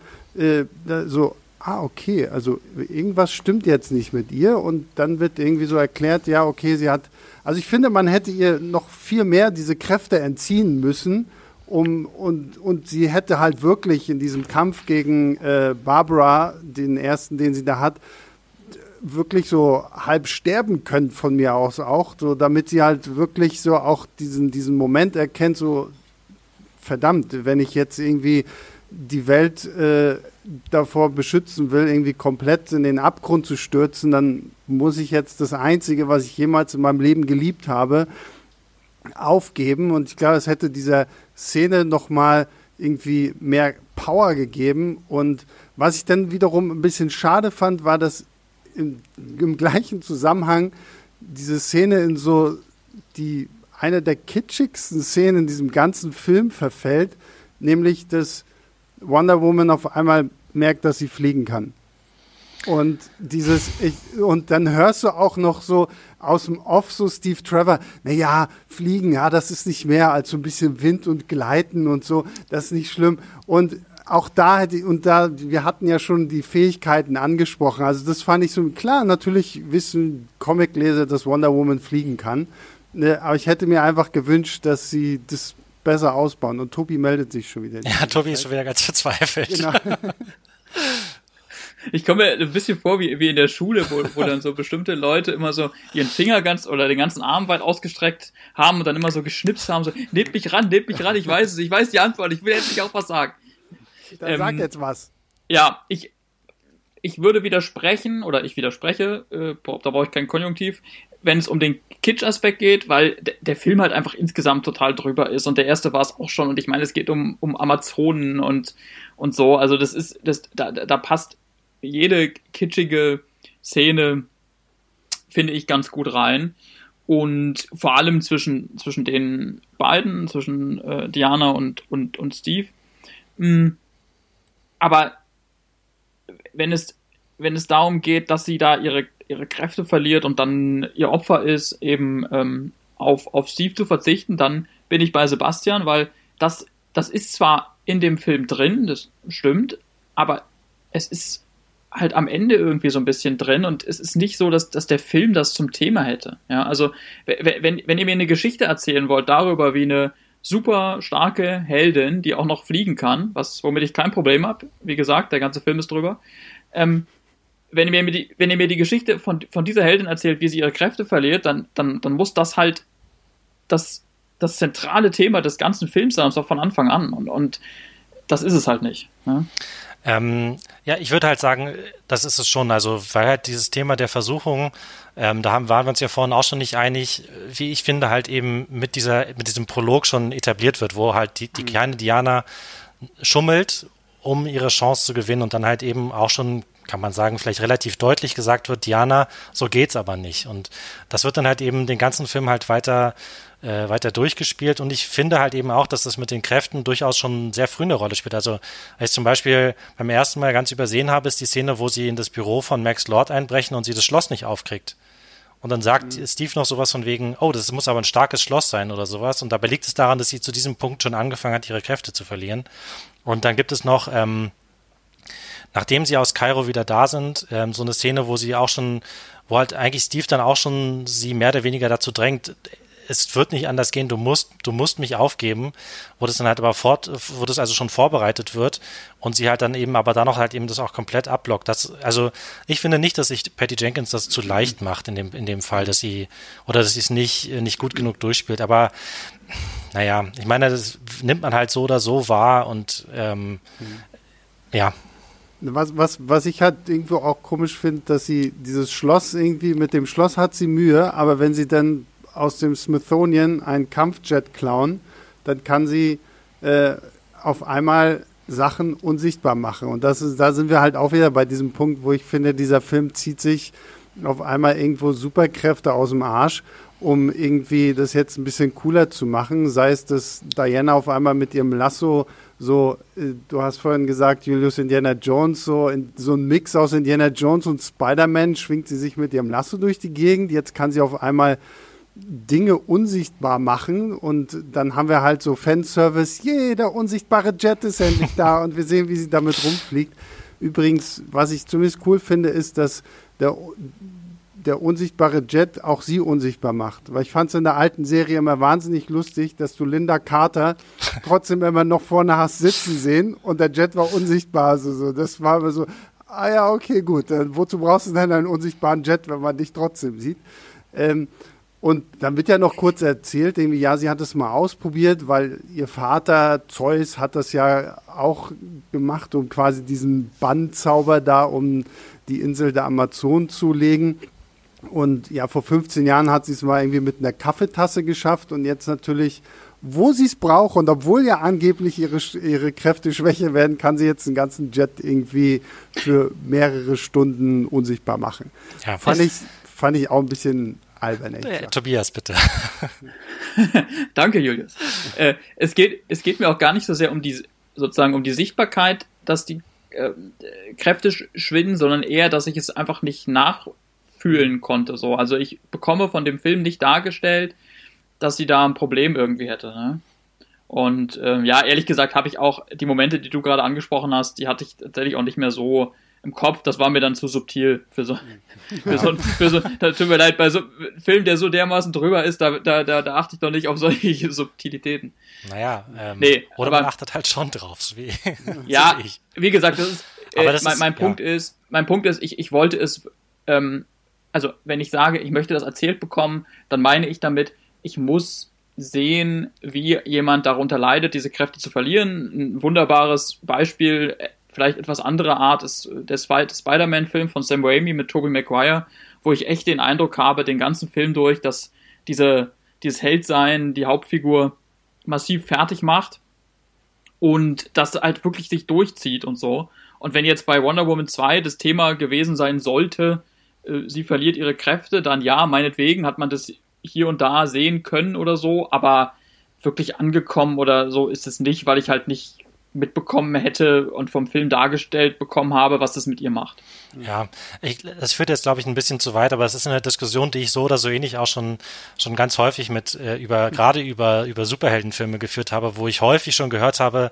okay, also irgendwas stimmt jetzt nicht mit ihr und dann wird irgendwie so erklärt, ja, okay, also ich finde, man hätte ihr noch viel mehr diese Kräfte entziehen müssen, und sie hätte halt wirklich in diesem Kampf gegen Barbara, den ersten, den sie da hat, wirklich so halb sterben können von mir aus auch, so damit sie halt wirklich so auch diesen Moment erkennt, so verdammt, wenn ich jetzt irgendwie die Welt davor beschützen will, irgendwie komplett in den Abgrund zu stürzen, dann muss ich jetzt das Einzige, was ich jemals in meinem Leben geliebt habe, aufgeben. Und ich glaube, es hätte dieser Szene nochmal irgendwie mehr Power gegeben. Und was ich dann wiederum ein bisschen schade fand, war, dass im gleichen Zusammenhang diese Szene in so eine der kitschigsten Szenen in diesem ganzen Film verfällt, nämlich dass Wonder Woman auf einmal merkt, dass sie fliegen kann. Und und dann hörst du auch noch so aus dem Off so Steve Trevor, naja, Fliegen, ja, das ist nicht mehr als so ein bisschen Wind und Gleiten und so, das ist nicht schlimm. Und auch wir hatten ja schon die Fähigkeiten angesprochen, also das fand ich so, klar, natürlich wissen Comicleser, dass Wonder Woman fliegen kann, ne, aber ich hätte mir einfach gewünscht, dass sie das besser ausbauen. Und Tobi meldet sich schon wieder. Ja, Tobi ist schon wieder ganz verzweifelt. Genau. Ich komme mir ein bisschen vor wie in der Schule, wo dann so bestimmte Leute immer so ihren Finger oder den ganzen Arm weit ausgestreckt haben und dann immer so geschnipst haben, so, nehmt mich ran, ich weiß es, ich weiß die Antwort, ich will endlich auch was sagen. Dann sag jetzt was. Ja, ich würde widersprechen, oder ich widerspreche, da brauche ich kein Konjunktiv, wenn es um den Kitsch-Aspekt geht, weil der Film halt einfach insgesamt total drüber ist und der erste war es auch schon und ich meine, es geht um Amazonen und so, also da passt jede kitschige Szene, finde ich, ganz gut rein und vor allem zwischen den beiden, zwischen Diana und Steve. Aber wenn es darum geht, dass sie da ihre Kräfte verliert und dann ihr Opfer ist, eben auf Steve zu verzichten, dann bin ich bei Sebastian, weil das ist zwar in dem Film drin, das stimmt, aber es ist halt am Ende irgendwie so ein bisschen drin und es ist nicht so, dass der Film das zum Thema hätte. Ja, also wenn ihr mir eine Geschichte erzählen wollt darüber, wie eine super starke Heldin, die auch noch fliegen kann, womit ich kein Problem habe, wie gesagt, der ganze Film ist drüber, wenn ihr mir die Geschichte von dieser Heldin erzählt, wie sie ihre Kräfte verliert, dann muss das halt das zentrale Thema des ganzen Films sein, auch von Anfang an. Und das ist es halt nicht. Ja? Ja, ich würde halt sagen, das ist es schon. Also, weil halt dieses Thema der Versuchung, waren wir uns ja vorhin auch schon nicht einig, wie ich finde, halt eben mit diesem Prolog schon etabliert wird, wo halt die kleine Diana schummelt, um ihre Chance zu gewinnen und dann halt eben auch schon, kann man sagen, vielleicht relativ deutlich gesagt wird, Diana, so geht's aber nicht. Und das wird dann halt eben den ganzen Film halt weiter durchgespielt und ich finde halt eben auch, dass das mit den Kräften durchaus schon sehr früh eine Rolle spielt. Also, als ich zum Beispiel beim ersten Mal ganz übersehen habe, ist die Szene, wo sie in das Büro von Max Lord einbrechen und sie das Schloss nicht aufkriegt. Und dann sagt Steve noch sowas von wegen, oh, das muss aber ein starkes Schloss sein oder sowas. Und dabei liegt es daran, dass sie zu diesem Punkt schon angefangen hat, ihre Kräfte zu verlieren. Und dann gibt es noch, nachdem sie aus Kairo wieder da sind, so eine Szene, wo halt eigentlich Steve dann auch schon sie mehr oder weniger dazu drängt, es wird nicht anders gehen, du musst mich aufgeben, wo das dann halt wo das also schon vorbereitet wird und sie halt dann eben, aber dann noch halt eben das auch komplett abblockt. Also ich finde nicht, dass sich Patty Jenkins das zu leicht macht in dem Fall, dass sie es nicht gut genug durchspielt, aber naja, ich meine, das nimmt man halt so oder so wahr und ja. Was ich halt irgendwo auch komisch finde, dass sie dieses Schloss irgendwie, mit dem Schloss hat sie Mühe, aber wenn sie dann aus dem Smithsonian einen Kampfjet klauen, dann kann sie auf einmal Sachen unsichtbar machen. Und da sind wir halt auch wieder bei diesem Punkt, wo ich finde, dieser Film zieht sich auf einmal irgendwo Superkräfte aus dem Arsch, um irgendwie das jetzt ein bisschen cooler zu machen. Sei es, dass Diana auf einmal mit ihrem Lasso so, du hast vorhin gesagt, Julius, Indiana Jones, so ein Mix aus Indiana Jones und Spider-Man, schwingt sie sich mit ihrem Lasso durch die Gegend. Jetzt kann sie auf einmal Dinge unsichtbar machen und dann haben wir halt so Fanservice, der unsichtbare Jet ist endlich da und wir sehen, wie sie damit rumfliegt. Übrigens, was ich zumindest cool finde, ist, dass der unsichtbare Jet auch sie unsichtbar macht. Weil ich fand es in der alten Serie immer wahnsinnig lustig, dass du Linda Carter trotzdem immer noch vorne hast sitzen sehen und der Jet war unsichtbar. Also so, das war immer so, ja, okay, gut, wozu brauchst du denn einen unsichtbaren Jet, wenn man dich trotzdem sieht? Und dann wird ja noch kurz erzählt, irgendwie, ja, sie hat es mal ausprobiert, weil ihr Vater Zeus hat das ja auch gemacht, um quasi diesen Bandzauber da, um die Insel der Amazonen zu legen. Und ja, vor 15 Jahren hat sie es mal irgendwie mit einer Kaffeetasse geschafft und jetzt natürlich, wo sie es braucht und obwohl ja angeblich ihre Kräfte schwächer werden, kann sie jetzt einen ganzen Jet irgendwie für mehrere Stunden unsichtbar machen. Ja, fand ich auch ein bisschen albern. Tobias, bitte. Danke, Julius. Es geht mir auch gar nicht so sehr um die Sichtbarkeit, dass die Kräfte schwinden, sondern eher, dass ich es einfach nicht nachfühlen konnte. So. Also ich bekomme von dem Film nicht dargestellt, dass sie da ein Problem irgendwie hätte. Ne? Und ja, ehrlich gesagt habe ich auch die Momente, die du gerade angesprochen hast, die hatte ich tatsächlich auch nicht mehr so im Kopf. Das war mir dann zu subtil für so, da tut mir leid, bei so einem Film, der so dermaßen drüber ist, da achte ich doch nicht auf solche Subtilitäten. Naja, nee, oder man achtet halt schon drauf. Ja, wie gesagt, das ist, mein Punkt ist, ich wollte es, also wenn ich sage, ich möchte das erzählt bekommen, dann meine ich damit, ich muss sehen, wie jemand darunter leidet, diese Kräfte zu verlieren. Ein wunderbares Beispiel, vielleicht etwas andere Art, ist der zweite Spider-Man-Film von Sam Raimi mit Tobey Maguire, wo ich echt den Eindruck habe, den ganzen Film durch, dass dieses Heldsein, die Hauptfigur massiv fertig macht und das halt wirklich sich durchzieht und so. Und wenn jetzt bei Wonder Woman 2 das Thema gewesen sein sollte, sie verliert ihre Kräfte, dann ja, meinetwegen hat man das hier und da sehen können oder so, aber wirklich angekommen oder so ist es nicht, weil ich halt nicht mitbekommen hätte und vom Film dargestellt bekommen habe, was das mit ihr macht. Ja, das führt jetzt, glaube ich, ein bisschen zu weit, aber es ist eine Diskussion, die ich so oder so ähnlich auch schon ganz häufig gerade über Superheldenfilme geführt habe, wo ich häufig schon gehört habe,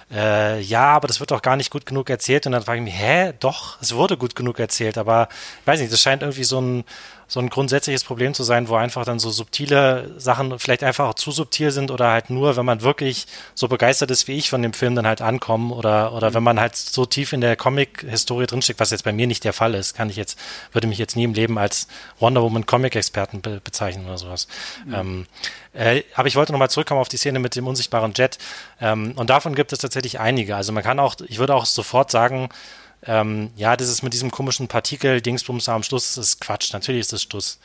ja, aber das wird doch gar nicht gut genug erzählt, und dann frage ich mich, doch, es wurde gut genug erzählt, aber ich weiß nicht, das scheint irgendwie so ein grundsätzliches Problem zu sein, wo einfach dann so subtile Sachen vielleicht einfach auch zu subtil sind oder halt nur, wenn man wirklich so begeistert ist wie ich von dem Film, dann halt ankommen oder wenn man halt so tief in der Comic-Historie drinsteckt, was jetzt bei mir nicht der Fall ist, würde mich jetzt nie im Leben als Wonder Woman Comic-Experten bezeichnen oder sowas. Mhm. Aber ich wollte nochmal zurückkommen auf die Szene mit dem unsichtbaren Jet, und davon gibt es tatsächlich einige. Also ich würde auch sofort sagen, ja, das ist mit diesem komischen Partikel-Dingsbums am Schluss, das ist Quatsch, natürlich ist das Stuss.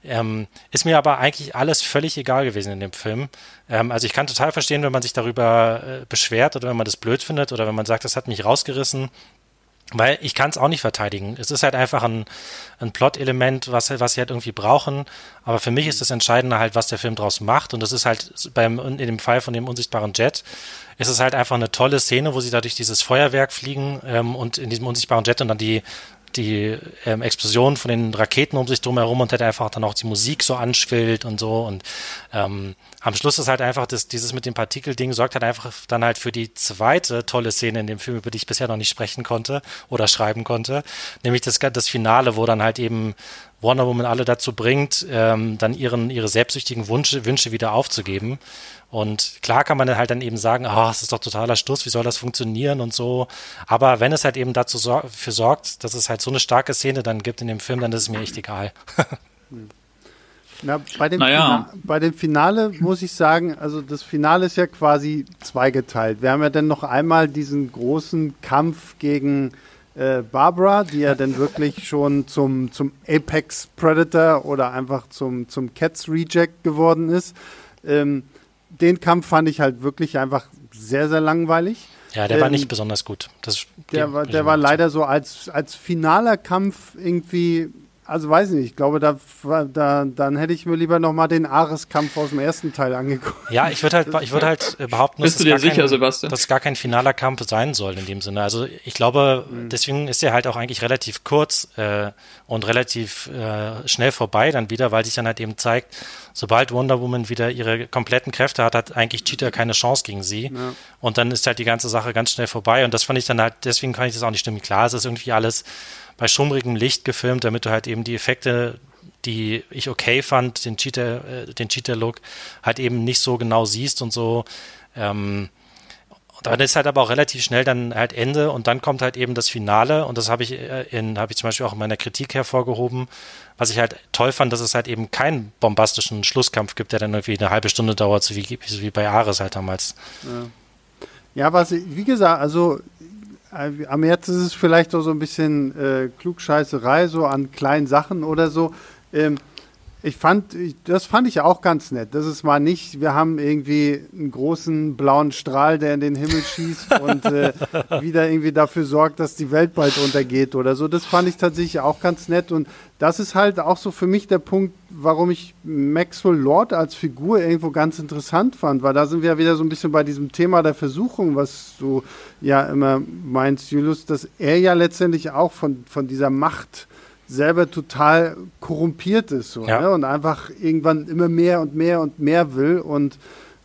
Ist mir aber eigentlich alles völlig egal gewesen in dem Film. Also ich kann total verstehen, wenn man sich darüber beschwert oder wenn man das blöd findet oder wenn man sagt, das hat mich rausgerissen, weil ich kann es auch nicht verteidigen. Es ist halt einfach ein Plot-Element, was sie halt irgendwie brauchen, aber für mich ist das Entscheidende halt, was der Film draus macht, und das ist halt in dem Fall von dem unsichtbaren Jet, ist es halt einfach eine tolle Szene, wo sie da durch dieses Feuerwerk fliegen und in diesem unsichtbaren Jet und dann die Explosion von den Raketen um sich drum herum und halt einfach dann auch die Musik so anschwillt und so, und am Schluss ist halt einfach dieses mit dem Partikelding sorgt halt einfach dann halt für die zweite tolle Szene in dem Film, über die ich bisher noch nicht sprechen konnte oder schreiben konnte, nämlich das Finale, wo dann halt eben Wonder Woman alle dazu bringt, dann ihre selbstsüchtigen Wünsche wieder aufzugeben. Und klar kann man dann halt eben sagen, es ist doch totaler Stuss, wie soll das funktionieren und so. Aber wenn es halt eben dafür sorgt, dass es halt so eine starke Szene dann gibt in dem Film, dann ist es mir echt egal. Na, bei dem Finale muss ich sagen, also das Finale ist ja quasi zweigeteilt. Wir haben ja dann noch einmal diesen großen Kampf gegen Barbara, die ja dann wirklich schon zum Apex Predator oder einfach zum Cats Reject geworden ist. Den Kampf fand ich halt wirklich einfach sehr, sehr langweilig. Ja, der war nicht besonders gut. Der war leider so als finaler Kampf irgendwie, also weiß nicht, ich glaube, dann hätte ich mir lieber nochmal den Ares-Kampf aus dem ersten Teil angeguckt. Ja, ich würde halt behaupten, Bist du dir sicher, Sebastian? Dass es gar kein finaler Kampf sein soll in dem Sinne. Also ich glaube, deswegen ist er halt auch eigentlich relativ kurz und relativ schnell vorbei dann wieder, weil sich dann halt eben zeigt, sobald Wonder Woman wieder ihre kompletten Kräfte hat eigentlich Cheetah keine Chance gegen sie. Ja. Und dann ist halt die ganze Sache ganz schnell vorbei. Und das fand ich dann halt, deswegen kann ich das auch nicht stimmen. Klar, es ist irgendwie alles bei schummrigem Licht gefilmt, damit du halt eben die Effekte, die ich okay fand, den Cheetah-Look, halt eben nicht so genau siehst und so. Dann ist halt aber auch relativ schnell dann halt Ende und dann kommt halt eben das Finale, und das habe ich zum Beispiel auch in meiner Kritik hervorgehoben, was ich halt toll fand, dass es halt eben keinen bombastischen Schlusskampf gibt, der dann irgendwie eine halbe Stunde dauert, so wie bei Ares halt damals. Ja, wie gesagt, also am März ist es vielleicht auch so ein bisschen Klugscheißerei, so an kleinen Sachen oder so. Das fand ich auch ganz nett. Das ist mal nicht, wir haben irgendwie einen großen blauen Strahl, der in den Himmel schießt und wieder irgendwie dafür sorgt, dass die Welt bald untergeht oder so. Das fand ich tatsächlich auch ganz nett und das ist halt auch so für mich der Punkt, warum ich Maxwell Lord als Figur irgendwo ganz interessant fand, weil da sind wir ja wieder so ein bisschen bei diesem Thema der Versuchung, was du ja immer meinst, Julius, dass er ja letztendlich auch von dieser Macht selber total korrumpiert ist so, ja. Ne? Und einfach irgendwann immer mehr und mehr und mehr will und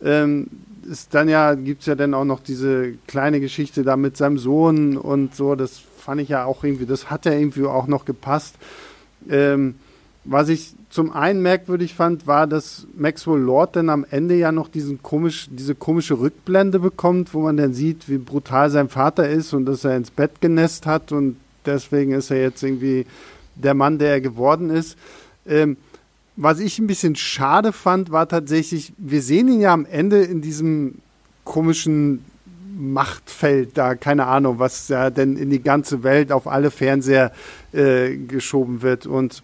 ist dann ja, gibt es ja dann auch noch diese kleine Geschichte da mit seinem Sohn und so, das fand ich ja auch irgendwie, das hat ja irgendwie auch noch gepasst. Was ich zum einen merkwürdig fand, war, dass Maxwell Lord dann am Ende ja noch diese komische Rückblende bekommt, wo man dann sieht, wie brutal sein Vater ist und dass er ins Bett genässt hat und deswegen ist er jetzt irgendwie der Mann, der er geworden ist. Was ich ein bisschen schade fand, war tatsächlich, wir sehen ihn ja am Ende in diesem komischen Machtfeld da, keine Ahnung, was ja denn in die ganze Welt auf alle Fernseher geschoben wird. Und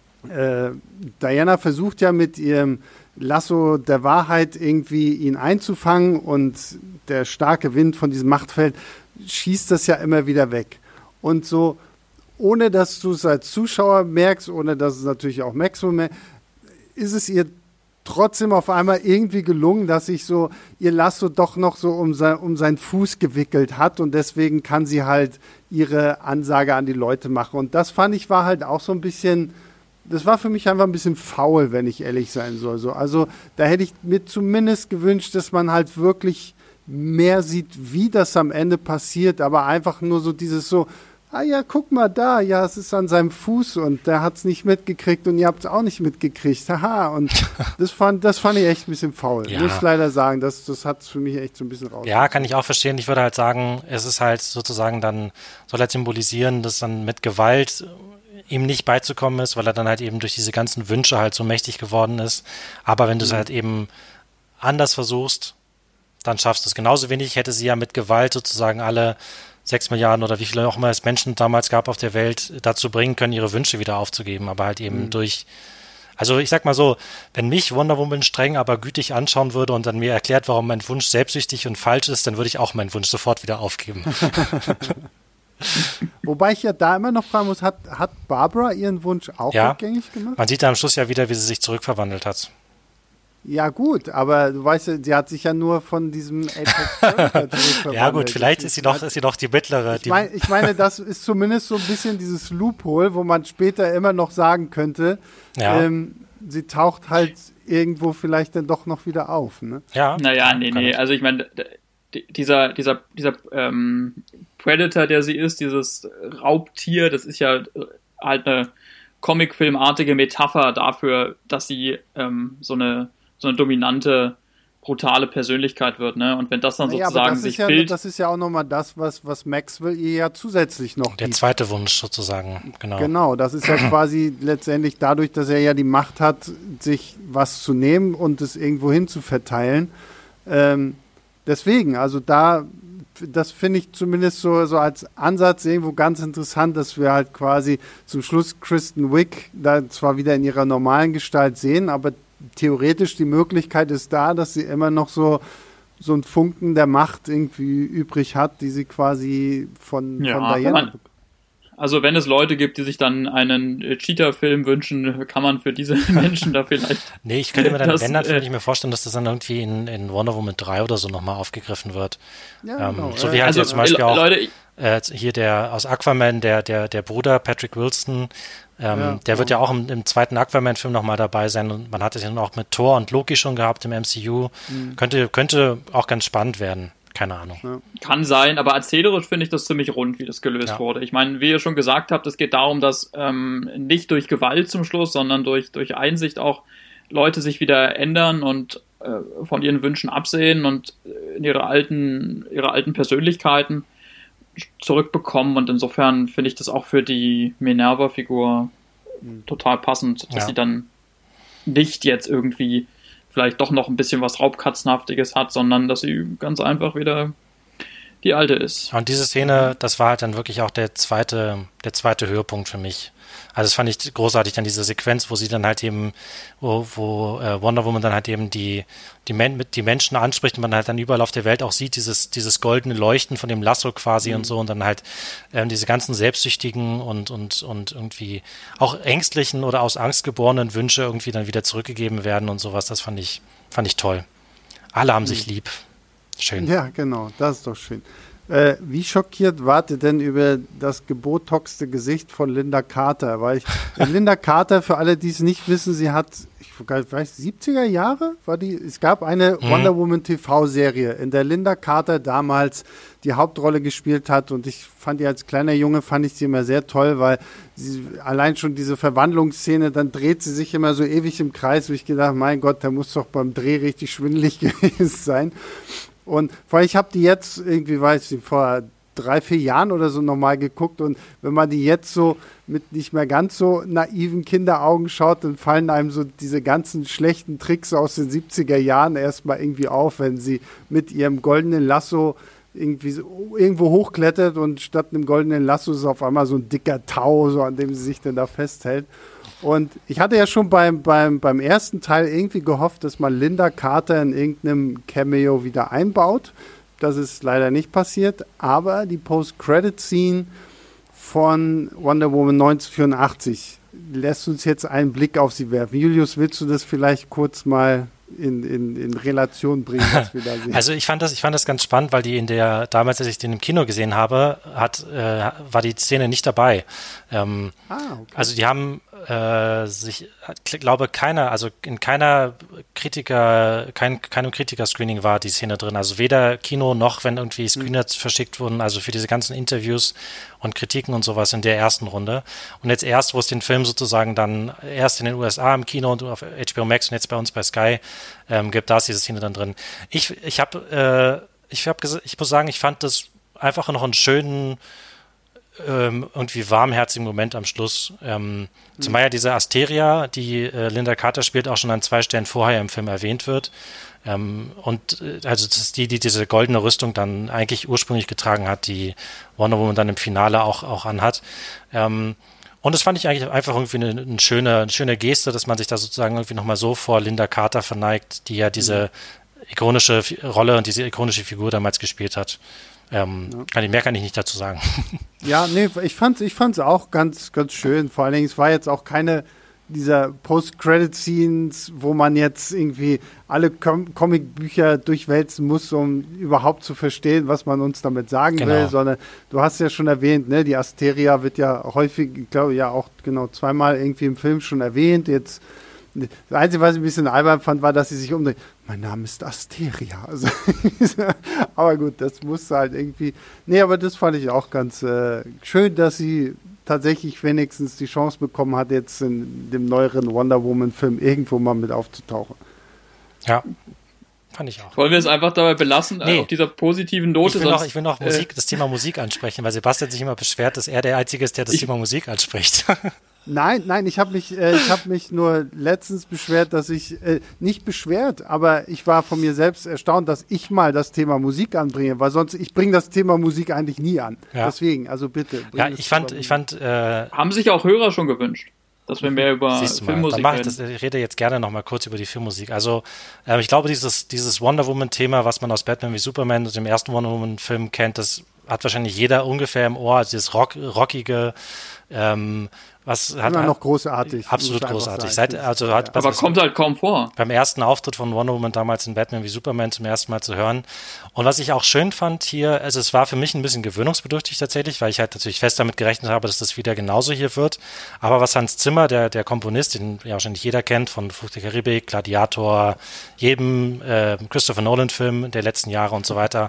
Diana versucht ja mit ihrem Lasso der Wahrheit irgendwie ihn einzufangen und der starke Wind von diesem Machtfeld schießt das ja immer wieder weg. Und so, ohne dass du es als Zuschauer merkst, ohne dass es natürlich auch Maxwell merkt, ist es ihr trotzdem auf einmal irgendwie gelungen, dass sich so ihr Lasso doch noch so um seinen Fuß gewickelt hat und deswegen kann sie halt ihre Ansage an die Leute machen. Und das fand ich war halt auch so ein bisschen, das war für mich einfach ein bisschen faul, wenn ich ehrlich sein soll. So, also da hätte ich mir zumindest gewünscht, dass man halt wirklich mehr sieht, wie das am Ende passiert, aber einfach nur so dieses so, ah ja, guck mal da, ja, es ist an seinem Fuß und der hat es nicht mitgekriegt und ihr habt es auch nicht mitgekriegt, haha, und das fand ich echt ein bisschen faul, ja. Muss leider sagen, das hat es für mich echt so ein bisschen raus. Ja, kann ich auch verstehen, ich würde halt sagen, es ist halt sozusagen dann, soll er symbolisieren, dass dann mit Gewalt ihm nicht beizukommen ist, weil er dann halt eben durch diese ganzen Wünsche halt so mächtig geworden ist, aber wenn du es halt eben anders versuchst, dann schaffst du es. Genauso wenig hätte sie ja mit Gewalt sozusagen alle 6 Milliarden oder wie viele auch immer es Menschen damals gab auf der Welt dazu bringen können, ihre Wünsche wieder aufzugeben, aber halt eben durch, also ich sag mal so, wenn mich Wonder Woman streng, aber gütig anschauen würde und dann mir erklärt, warum mein Wunsch selbstsüchtig und falsch ist, dann würde ich auch meinen Wunsch sofort wieder aufgeben. Wobei ich ja da immer noch fragen muss, hat Barbara ihren Wunsch auch rückgängig gemacht? Man sieht da am Schluss ja wieder, wie sie sich zurückverwandelt hat. Ja gut, aber du weißt ja, sie hat sich ja nur von diesem Apex Predator zurückverwandelt. Ja gut, vielleicht ist sie noch die mittlere. Ich meine, das ist zumindest so ein bisschen dieses Loophole, wo man später immer noch sagen könnte, sie taucht halt irgendwo vielleicht dann doch noch wieder auf. Ne? Ja. Naja, nee. Also ich meine, dieser Predator, der sie ist, dieses Raubtier, das ist ja halt eine Comicfilmartige Metapher dafür, dass sie so eine dominante, brutale Persönlichkeit wird, ne? Und wenn das dann sozusagen sich bildet... Das ist ja auch nochmal das, was Maxwell ihr ja zusätzlich noch der gibt. zweite Wunsch sozusagen, genau. Genau, das ist ja quasi letztendlich dadurch, dass er ja die Macht hat, sich was zu nehmen und es irgendwo hin zu verteilen. Deswegen, also das finde ich zumindest so als Ansatz irgendwo ganz interessant, dass wir halt quasi zum Schluss Kristen Wiig da zwar wieder in ihrer normalen Gestalt sehen, aber theoretisch die Möglichkeit ist da, dass sie immer noch so einen Funken der Macht irgendwie übrig hat, die sie quasi von Diana bekommt. Also wenn es Leute gibt, die sich dann einen Cheetah-Film wünschen, kann man für diese Menschen da vielleicht... Nee, ich könnte mir dann, könnte ich mir vorstellen, dass das dann irgendwie in Wonder Woman 3 oder so nochmal aufgegriffen wird. Ja, genau. So wie halt also, zum Beispiel auch Leute, hier der aus Aquaman, der Bruder Patrick Wilson, der wird ja auch im zweiten Aquaman-Film nochmal dabei sein und man hat es ja auch mit Thor und Loki schon gehabt im MCU. Könnte auch ganz spannend werden. Keine Ahnung. Ja. Kann sein, aber erzählerisch finde ich das ziemlich rund, wie das gelöst wurde. Ich meine, wie ihr schon gesagt habt, es geht darum, dass nicht durch Gewalt zum Schluss, sondern durch Einsicht auch Leute sich wieder ändern und von ihren Wünschen absehen und in ihre alten Persönlichkeiten zurückbekommen. Und insofern finde ich das auch für die Minerva-Figur total passend, dass sie dann nicht jetzt irgendwie vielleicht doch noch ein bisschen was Raubkatzenhaftiges hat, sondern dass sie ganz einfach wieder die alte ist. Und diese Szene, das war halt dann wirklich auch der zweite Höhepunkt für mich. Also das fand ich großartig, dann diese Sequenz, wo sie dann halt eben, wo Wonder Woman dann halt eben die Menschen anspricht und man halt dann überall auf der Welt auch sieht, dieses goldene Leuchten von dem Lasso quasi und so und dann halt diese ganzen selbstsüchtigen und irgendwie auch ängstlichen oder aus Angst geborenen Wünsche irgendwie dann wieder zurückgegeben werden und sowas. Das fand ich toll. Alle haben sich lieb. Schön. Ja, genau, das ist doch schön. Wie schockiert wart ihr denn über das gebotoxte Gesicht von Linda Carter? Weil Linda Carter, für alle, die es nicht wissen, sie hat, ich weiß, 70er Jahre es gab eine Wonder Woman TV-Serie, in der Linda Carter damals die Hauptrolle gespielt hat und ich fand die als kleiner Junge, fand ich sie immer sehr toll, weil sie allein schon diese Verwandlungsszene, dann dreht sie sich immer so ewig im Kreis, wo ich gedacht, mein Gott, der muss doch beim Dreh richtig schwindelig gewesen sein. Und vor allem, ich habe die jetzt irgendwie, weiß ich, vor 3-4 Jahren oder so nochmal geguckt und wenn man die jetzt so mit nicht mehr ganz so naiven Kinderaugen schaut, dann fallen einem so diese ganzen schlechten Tricks aus den 70er Jahren erstmal irgendwie auf, wenn sie mit ihrem goldenen Lasso irgendwie so irgendwo hochklettert und statt einem goldenen Lasso ist auf einmal so ein dicker Tau, so an dem sie sich dann da festhält. Und ich hatte ja schon beim ersten Teil irgendwie gehofft, dass man Linda Carter in irgendeinem Cameo wieder einbaut. Das ist leider nicht passiert. Aber die Post-Credit-Scene von Wonder Woman 1984 lässt uns jetzt einen Blick auf sie werfen. Julius, willst du das vielleicht kurz mal in Relation bringen, was wir da sehen? Also ich fand das ganz spannend, weil die damals, als ich den im Kino gesehen habe, war die Szene nicht dabei. Okay. Also die haben keinem Kritiker-Screening war die Szene drin. Also weder Kino noch, wenn irgendwie Screener verschickt wurden, also für diese ganzen Interviews und Kritiken und sowas in der ersten Runde. Und jetzt erst, wo es den Film sozusagen dann erst in den USA im Kino und auf HBO Max und jetzt bei uns bei Sky gibt, da ist diese Szene dann drin. Ich muss sagen, ich fand das einfach noch einen schönen irgendwie warmherzigen Moment am Schluss. Zumal ja diese Asteria, die Linda Carter spielt, auch schon an 2 Stellen vorher im Film erwähnt wird. Also das ist die diese goldene Rüstung dann eigentlich ursprünglich getragen hat, die Wonder Woman dann im Finale auch anhat. Und das fand ich eigentlich einfach irgendwie eine schöne Geste, dass man sich da sozusagen irgendwie nochmal so vor Linda Carter verneigt, die ja diese ikonische Rolle und diese ikonische Figur damals gespielt hat. Mehr kann ich nicht dazu sagen. Ja, nee, ich fand's auch ganz, ganz schön. Vor allen Dingen, es war jetzt auch keine dieser Post-Credit-Scenes, wo man jetzt irgendwie alle Comicbücher durchwälzen muss, um überhaupt zu verstehen, was man uns damit sagen will, sondern du hast ja schon erwähnt, ne, die Asteria wird ja häufig, ich glaube ja auch genau 2-mal irgendwie im Film schon erwähnt. Jetzt das Einzige, was ich ein bisschen albern fand, war, dass sie sich umdreht. Mein Name ist Asteria. Also, aber gut, das musste halt irgendwie. Nee, aber das fand ich auch ganz schön, dass sie tatsächlich wenigstens die Chance bekommen hat, jetzt in dem neueren Wonder Woman-Film irgendwo mal mit aufzutauchen. Ja, fand ich auch. Wollen wir es einfach dabei belassen, auf dieser positiven Note? Ich will noch das Thema Musik ansprechen, weil Sebastian sich immer beschwert, dass er der Einzige ist, der das Thema Musik anspricht. Nein, ich habe mich nur letztens beschwert, dass ich, nicht beschwert, aber ich war von mir selbst erstaunt, dass ich mal das Thema Musik anbringe, weil sonst, ich bringe das Thema Musik eigentlich nie an. Ja. Deswegen, also bitte. Ja, ich fand haben sich auch Hörer schon gewünscht, dass wir mehr über Filmmusik reden. Ich rede jetzt gerne noch mal kurz über die Filmmusik. Also, ich glaube, dieses Wonder Woman-Thema, was man aus Batman wie Superman und dem ersten Wonder Woman-Film kennt, das hat wahrscheinlich jeder ungefähr im Ohr, also dieses rockige, was hat immer noch großartig. Absolut großartig. Aber kommt halt kaum vor. Beim ersten Auftritt von Wonder Woman damals in Batman wie Superman zum ersten Mal zu hören. Und was ich auch schön fand hier, also es war für mich ein bisschen gewöhnungsbedürftig tatsächlich, weil ich halt natürlich fest damit gerechnet habe, dass das wieder genauso hier wird. Aber was Hans Zimmer, der Komponist, den ja wahrscheinlich jeder kennt, von Fluch der Karibik, Gladiator, jedem Christopher Nolan-Film der letzten Jahre und so weiter,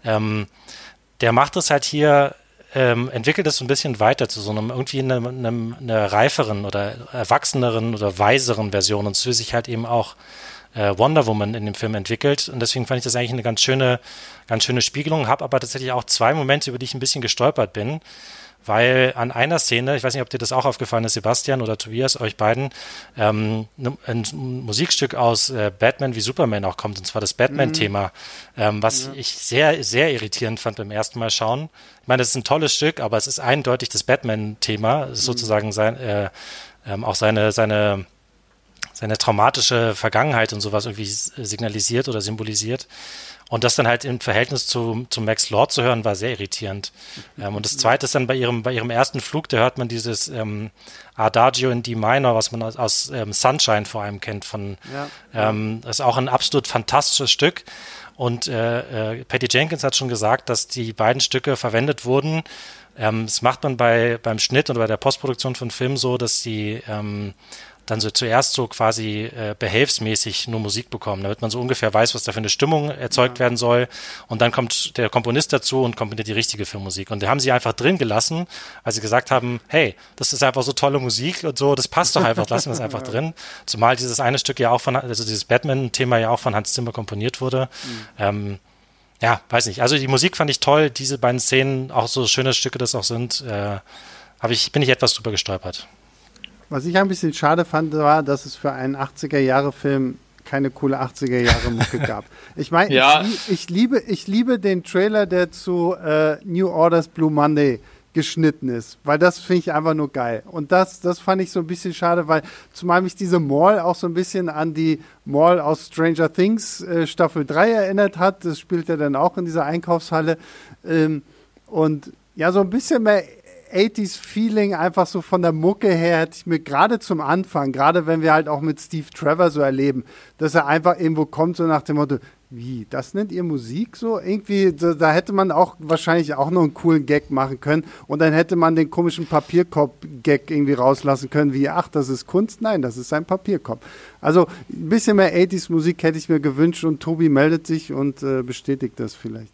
der macht es halt hier, entwickelt es so ein bisschen weiter zu so einem irgendwie eine reiferen oder erwachseneren oder weiseren Version und es will sich halt eben auch Wonder Woman in dem Film entwickelt. Und deswegen fand ich das eigentlich eine ganz schöne Spiegelung. Habe aber tatsächlich auch 2 Momente, über die ich ein bisschen gestolpert bin. Weil an einer Szene, ich weiß nicht, ob dir das auch aufgefallen ist, Sebastian oder Tobias, euch beiden, ein Musikstück aus Batman wie Superman auch kommt, und zwar das Batman-Thema, was ich sehr, sehr irritierend fand beim ersten Mal schauen. Ich meine, das ist ein tolles Stück, aber es ist eindeutig das Batman-Thema. Es ist sozusagen auch seine traumatische Vergangenheit und sowas irgendwie signalisiert oder symbolisiert. Und das dann halt im Verhältnis zu Max Lord zu hören, war sehr irritierend. Und das Zweite ist dann bei ihrem ersten Flug, da hört man dieses Adagio in D Minor, was man aus Sunshine vor allem kennt. Das ist auch ein absolut fantastisches Stück. Und Patty Jenkins hat schon gesagt, dass die beiden Stücke verwendet wurden. Das macht man beim Schnitt und bei der Postproduktion von Filmen so, dass die dann so zuerst so quasi behelfsmäßig nur Musik bekommen, damit man so ungefähr weiß, was da für eine Stimmung erzeugt werden soll. Und dann kommt der Komponist dazu und komponiert die richtige Filmmusik. Und die haben sie einfach drin gelassen, weil sie gesagt haben, hey, das ist einfach so tolle Musik und so, das passt doch einfach, lassen wir es einfach drin. Zumal dieses eine Stück ja auch dieses Batman-Thema ja auch von Hans Zimmer komponiert wurde. Ja, weiß nicht. Also die Musik fand ich toll, diese beiden Szenen, auch so schöne Stücke das auch sind, bin ich etwas drüber gestolpert. Was ich ein bisschen schade fand, war, dass es für einen 80er-Jahre-Film keine coole 80er-Jahre-Mucke gab. Ich meine, ja. ich liebe den Trailer, der zu New Order's Blue Monday geschnitten ist, weil das finde ich einfach nur geil. Und das fand ich so ein bisschen schade, weil zumal mich diese Mall auch so ein bisschen an die Mall aus Stranger Things Staffel 3 erinnert hat. Das spielt ja dann auch in dieser Einkaufshalle. Und ja, so ein bisschen mehr 80s-Feeling einfach so von der Mucke her hätte ich mir gerade zum Anfang, gerade wenn wir halt auch mit Steve Trevor so erleben, dass er einfach irgendwo kommt so nach dem Motto, wie, das nennt ihr Musik so? Irgendwie, da hätte man auch wahrscheinlich auch noch einen coolen Gag machen können und dann hätte man den komischen Papierkorb-Gag irgendwie rauslassen können, wie, ach, das ist Kunst? Nein, das ist ein Papierkorb. Also ein bisschen mehr 80s-Musik hätte ich mir gewünscht und Tobi meldet sich und bestätigt das vielleicht.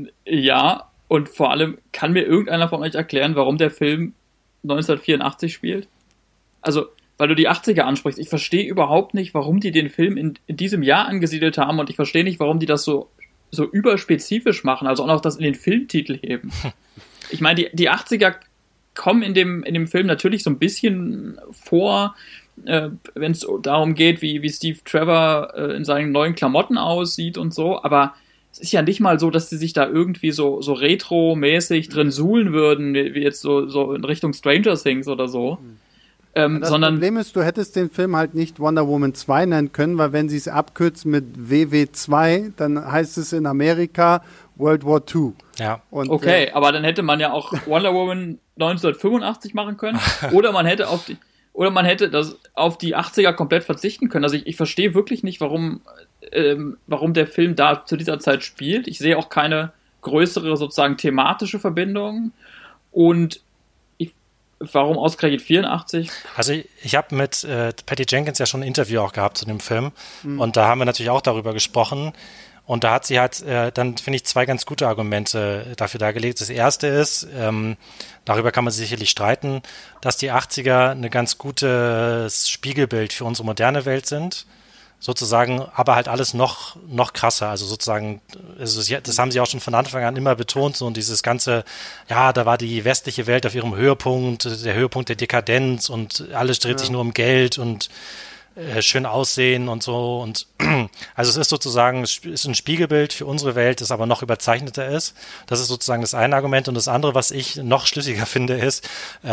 Ja, und vor allem, kann mir irgendeiner von euch erklären, warum der Film 1984 spielt? Also, weil du die 80er ansprichst. Ich verstehe überhaupt nicht, warum die den Film in diesem Jahr angesiedelt haben und ich verstehe nicht, warum die das so überspezifisch machen, also auch noch das in den Filmtitel heben. Ich meine, die 80er kommen in dem Film natürlich so ein bisschen vor, wenn es darum geht, wie Steve Trevor in seinen neuen Klamotten aussieht und so, aber es ist ja nicht mal so, dass sie sich da irgendwie so retro-mäßig drin suhlen würden, wie jetzt so in Richtung Stranger Things oder so. Das Problem ist, du hättest den Film halt nicht Wonder Woman 2 nennen können, weil wenn sie es abkürzen mit WW2, dann heißt es in Amerika World War II. Ja. Und, okay, aber dann hätte man ja auch Wonder Woman 1985 machen können oder man hätte das auf die 80er komplett verzichten können. Also ich verstehe wirklich nicht, warum der Film da zu dieser Zeit spielt. Ich sehe auch keine größere sozusagen thematische Verbindung. Und warum ausgerechnet 84? Also ich habe mit Patty Jenkins ja schon ein Interview auch gehabt zu dem Film. Und da haben wir natürlich auch darüber gesprochen. Und da hat sie halt dann, finde ich, 2 ganz gute Argumente dafür dargelegt. Das erste ist, darüber kann man sich sicherlich streiten, dass die 80er ein ganz gutes Spiegelbild für unsere moderne Welt sind. Sozusagen, aber halt alles noch krasser. Also sozusagen, das haben sie auch schon von Anfang an immer betont, so und dieses ganze, ja, da war die westliche Welt auf ihrem Höhepunkt, der Höhepunkt der Dekadenz und alles dreht sich nur um Geld und schön aussehen und so. Und also es ist sozusagen, ist ein Spiegelbild für unsere Welt, das aber noch überzeichneter ist. Das ist sozusagen das eine Argument. Und das andere, was ich noch schlüssiger finde, ist,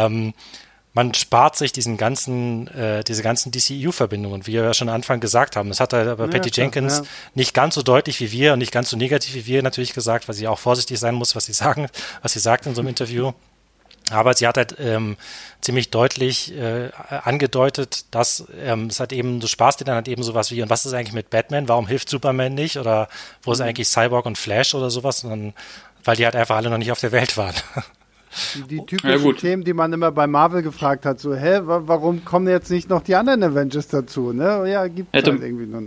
man spart sich diese ganzen DCEU-Verbindungen, wie wir ja schon am Anfang gesagt haben. Das hat aber Patty Jenkins nicht ganz so deutlich wie wir und nicht ganz so negativ wie wir natürlich gesagt, weil sie auch vorsichtig sein muss, was sie sagt in so einem Interview. Aber sie hat halt ziemlich deutlich angedeutet, dass es halt eben, du sparst dir dann halt eben sowas wie, und was ist eigentlich mit Batman? Warum hilft Superman nicht? Oder wo ist eigentlich Cyborg und Flash oder sowas? Und dann, weil die halt einfach alle noch nicht auf der Welt waren. Die typischen Themen, die man immer bei Marvel gefragt hat, so, warum kommen jetzt nicht noch die anderen Avengers dazu? Ne? Ja, gibt es halt irgendwie noch nicht.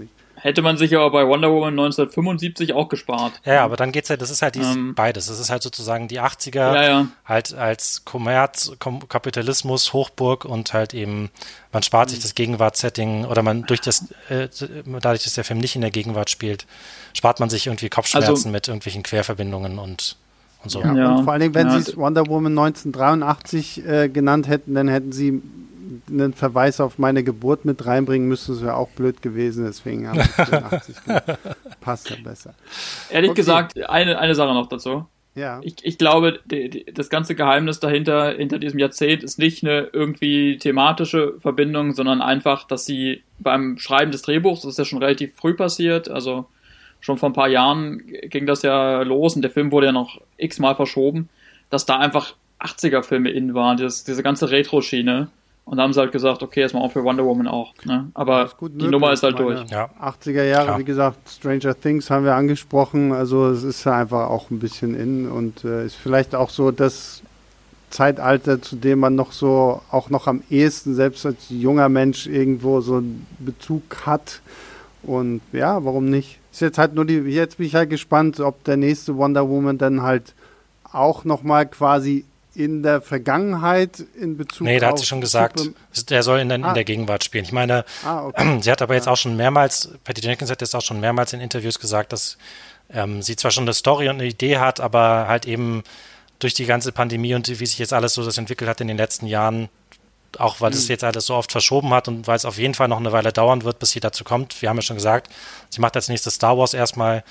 Hätte man sich aber bei Wonder Woman 1975 auch gespart. Ja, aber dann geht's halt, das ist halt beides. Das ist halt sozusagen die 80er halt als Kapitalismus, Hochburg und halt eben, man spart sich das Gegenwartssetting oder man dadurch, dass der Film nicht in der Gegenwart spielt, spart man sich irgendwie Kopfschmerzen mit irgendwelchen Querverbindungen und so. Ja, und vor allem, wenn sie es Wonder Woman 1983 genannt hätten, dann hätten sie einen Verweis auf meine Geburt mit reinbringen müssen, das wäre auch blöd gewesen, deswegen haben wir 84 passt ja besser. Ehrlich gesagt, eine Sache noch dazu. Ja. Ich glaube, das ganze Geheimnis hinter diesem Jahrzehnt ist nicht eine irgendwie thematische Verbindung, sondern einfach, dass sie beim Schreiben des Drehbuchs, das ist ja schon relativ früh passiert, also schon vor ein paar Jahren ging das ja los und der Film wurde ja noch x-mal verschoben, dass da einfach 80er-Filme in waren, diese ganze Retro-Schiene. Und da haben sie halt gesagt, okay, erstmal auch für Wonder Woman auch. Ne? Aber die Nummer ist halt durch. Ja. 80er Jahre, wie gesagt, Stranger Things haben wir angesprochen. Also es ist ja einfach auch ein bisschen in und ist vielleicht auch so das Zeitalter, zu dem man noch so, auch noch am ehesten, selbst als junger Mensch irgendwo so einen Bezug hat. Und ja, warum nicht? Ist jetzt halt nur jetzt bin ich halt gespannt, ob der nächste Wonder Woman dann halt auch nochmal quasi in der Vergangenheit in Bezug auf... Nee, da hat sie schon gesagt, der soll in der Gegenwart spielen. Ich meine, okay. Sie hat aber jetzt auch schon mehrmals, Patty Jenkins hat jetzt auch schon mehrmals in Interviews gesagt, dass sie zwar schon eine Story und eine Idee hat, aber halt eben durch die ganze Pandemie und wie sich jetzt alles so das entwickelt hat in den letzten Jahren, auch weil es jetzt alles so oft verschoben hat und weil es auf jeden Fall noch eine Weile dauern wird, bis sie dazu kommt. Wir haben ja schon gesagt, sie macht als nächstes Star Wars erstmal.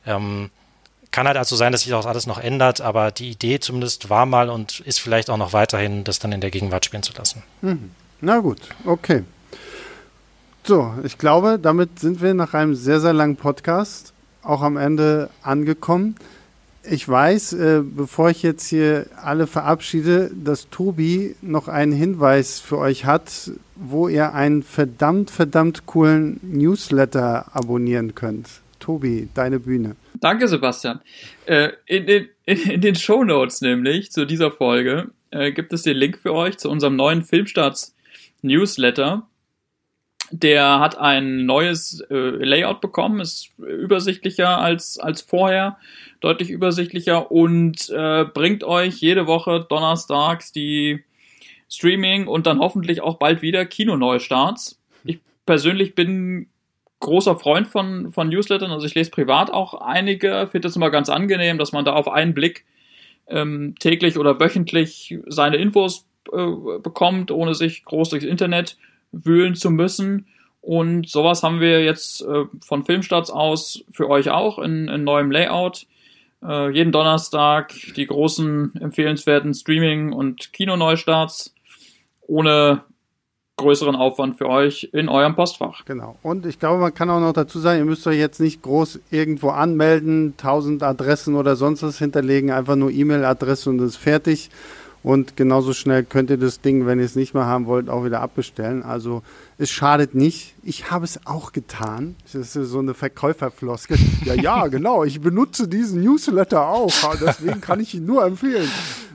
Kann halt also sein, dass sich auch alles noch ändert, aber die Idee zumindest war mal und ist vielleicht auch noch weiterhin, das dann in der Gegenwart spielen zu lassen. Na gut, okay. So, ich glaube, damit sind wir nach einem sehr, sehr langen Podcast auch am Ende angekommen. Ich weiß, bevor ich jetzt hier alle verabschiede, dass Tobi noch einen Hinweis für euch hat, wo ihr einen verdammt, verdammt coolen Newsletter abonnieren könnt. Tobi, deine Bühne. Danke, Sebastian. In den Shownotes nämlich zu dieser Folge gibt es den Link für euch zu unserem neuen Filmstarts-Newsletter. Der hat ein neues Layout bekommen, ist übersichtlicher als vorher, deutlich übersichtlicher und bringt euch jede Woche donnerstags die Streaming und dann hoffentlich auch bald wieder Kinoneustarts. Ich persönlich bin großer Freund von Newslettern, also ich lese privat auch einige, finde das immer ganz angenehm, dass man da auf einen Blick täglich oder wöchentlich seine Infos bekommt, ohne sich groß durchs Internet wühlen zu müssen. Und sowas haben wir jetzt von Filmstarts aus für euch auch in neuem Layout. Jeden Donnerstag die großen empfehlenswerten Streaming- und Kinoneustarts ohne größeren Aufwand für euch in eurem Postfach. Genau. Und ich glaube, man kann auch noch dazu sagen, ihr müsst euch jetzt nicht groß irgendwo anmelden, 1000 Adressen oder sonst was hinterlegen, einfach nur E-Mail-Adresse und das ist fertig. Und genauso schnell könnt ihr das Ding, wenn ihr es nicht mehr haben wollt, auch wieder abbestellen. Also es schadet nicht. Ich habe es auch getan. Das ist so eine Verkäuferfloskel. Ja, genau. Ich benutze diesen Newsletter auch. Deswegen kann ich ihn nur empfehlen.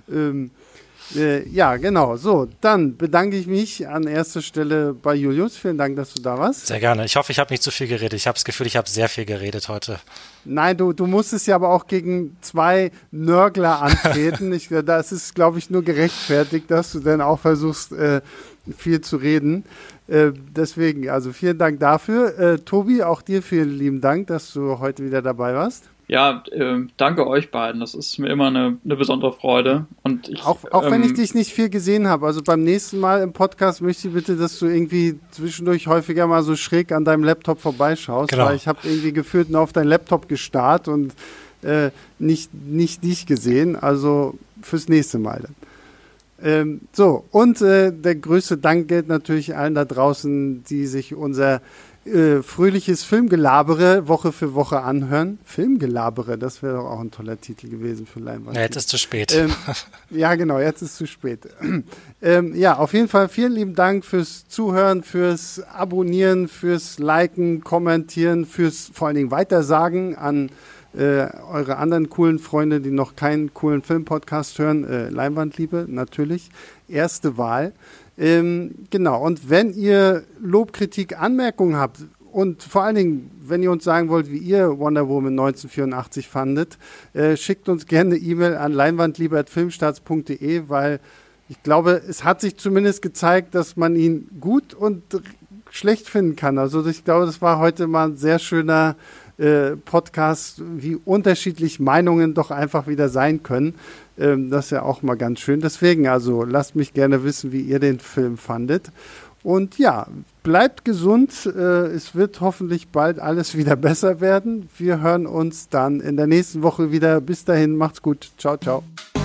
Ja, genau. So, dann bedanke ich mich an erster Stelle bei Julius. Vielen Dank, dass du da warst. Sehr gerne. Ich hoffe, ich habe nicht zu viel geredet. Ich habe das Gefühl, ich habe sehr viel geredet heute. Nein, du musstest ja aber auch gegen 2 Nörgler antreten. Das ist, glaube ich, nur gerechtfertigt, dass du dann auch versuchst, viel zu reden. Deswegen, also vielen Dank dafür. Tobi, auch dir vielen lieben Dank, dass du heute wieder dabei warst. Ja, danke euch beiden. Das ist mir immer eine besondere Freude. Und auch wenn ich dich nicht viel gesehen habe. Also beim nächsten Mal im Podcast möchte ich bitte, dass du irgendwie zwischendurch häufiger mal so schräg an deinem Laptop vorbeischaust. Genau. Weil ich habe irgendwie gefühlt nur auf deinen Laptop gestarrt und nicht dich gesehen. Also fürs nächste Mal dann. So, und der größte Dank gilt natürlich allen da draußen, die sich unser fröhliches Filmgelabere Woche für Woche anhören. Filmgelabere, das wäre doch auch ein toller Titel gewesen für Leinwand. Ja, jetzt ist zu spät. Ja, genau, jetzt ist zu spät. Ja, auf jeden Fall vielen lieben Dank fürs Zuhören, fürs Abonnieren, fürs Liken, Kommentieren, fürs vor allen Dingen Weitersagen an eure anderen coolen Freunde, die noch keinen coolen Filmpodcast hören. Leinwandliebe, natürlich. Erste Wahl. Genau, und wenn ihr Lob, Kritik, Anmerkungen habt und vor allen Dingen wenn ihr uns sagen wollt, wie ihr Wonder Woman 1984 fandet, schickt uns gerne eine E-Mail an leinwandliebe@filmstarts.de, weil ich glaube, es hat sich zumindest gezeigt, dass man ihn gut und schlecht finden kann. Also ich glaube, das war heute mal ein sehr schöner Podcast, wie unterschiedlich Meinungen doch einfach wieder sein können. Das ist ja auch mal ganz schön. Deswegen, also lasst mich gerne wissen, wie ihr den Film fandet. Und ja, bleibt gesund. Es wird hoffentlich bald alles wieder besser werden. Wir hören uns dann in der nächsten Woche wieder. Bis dahin, macht's gut. Ciao, ciao.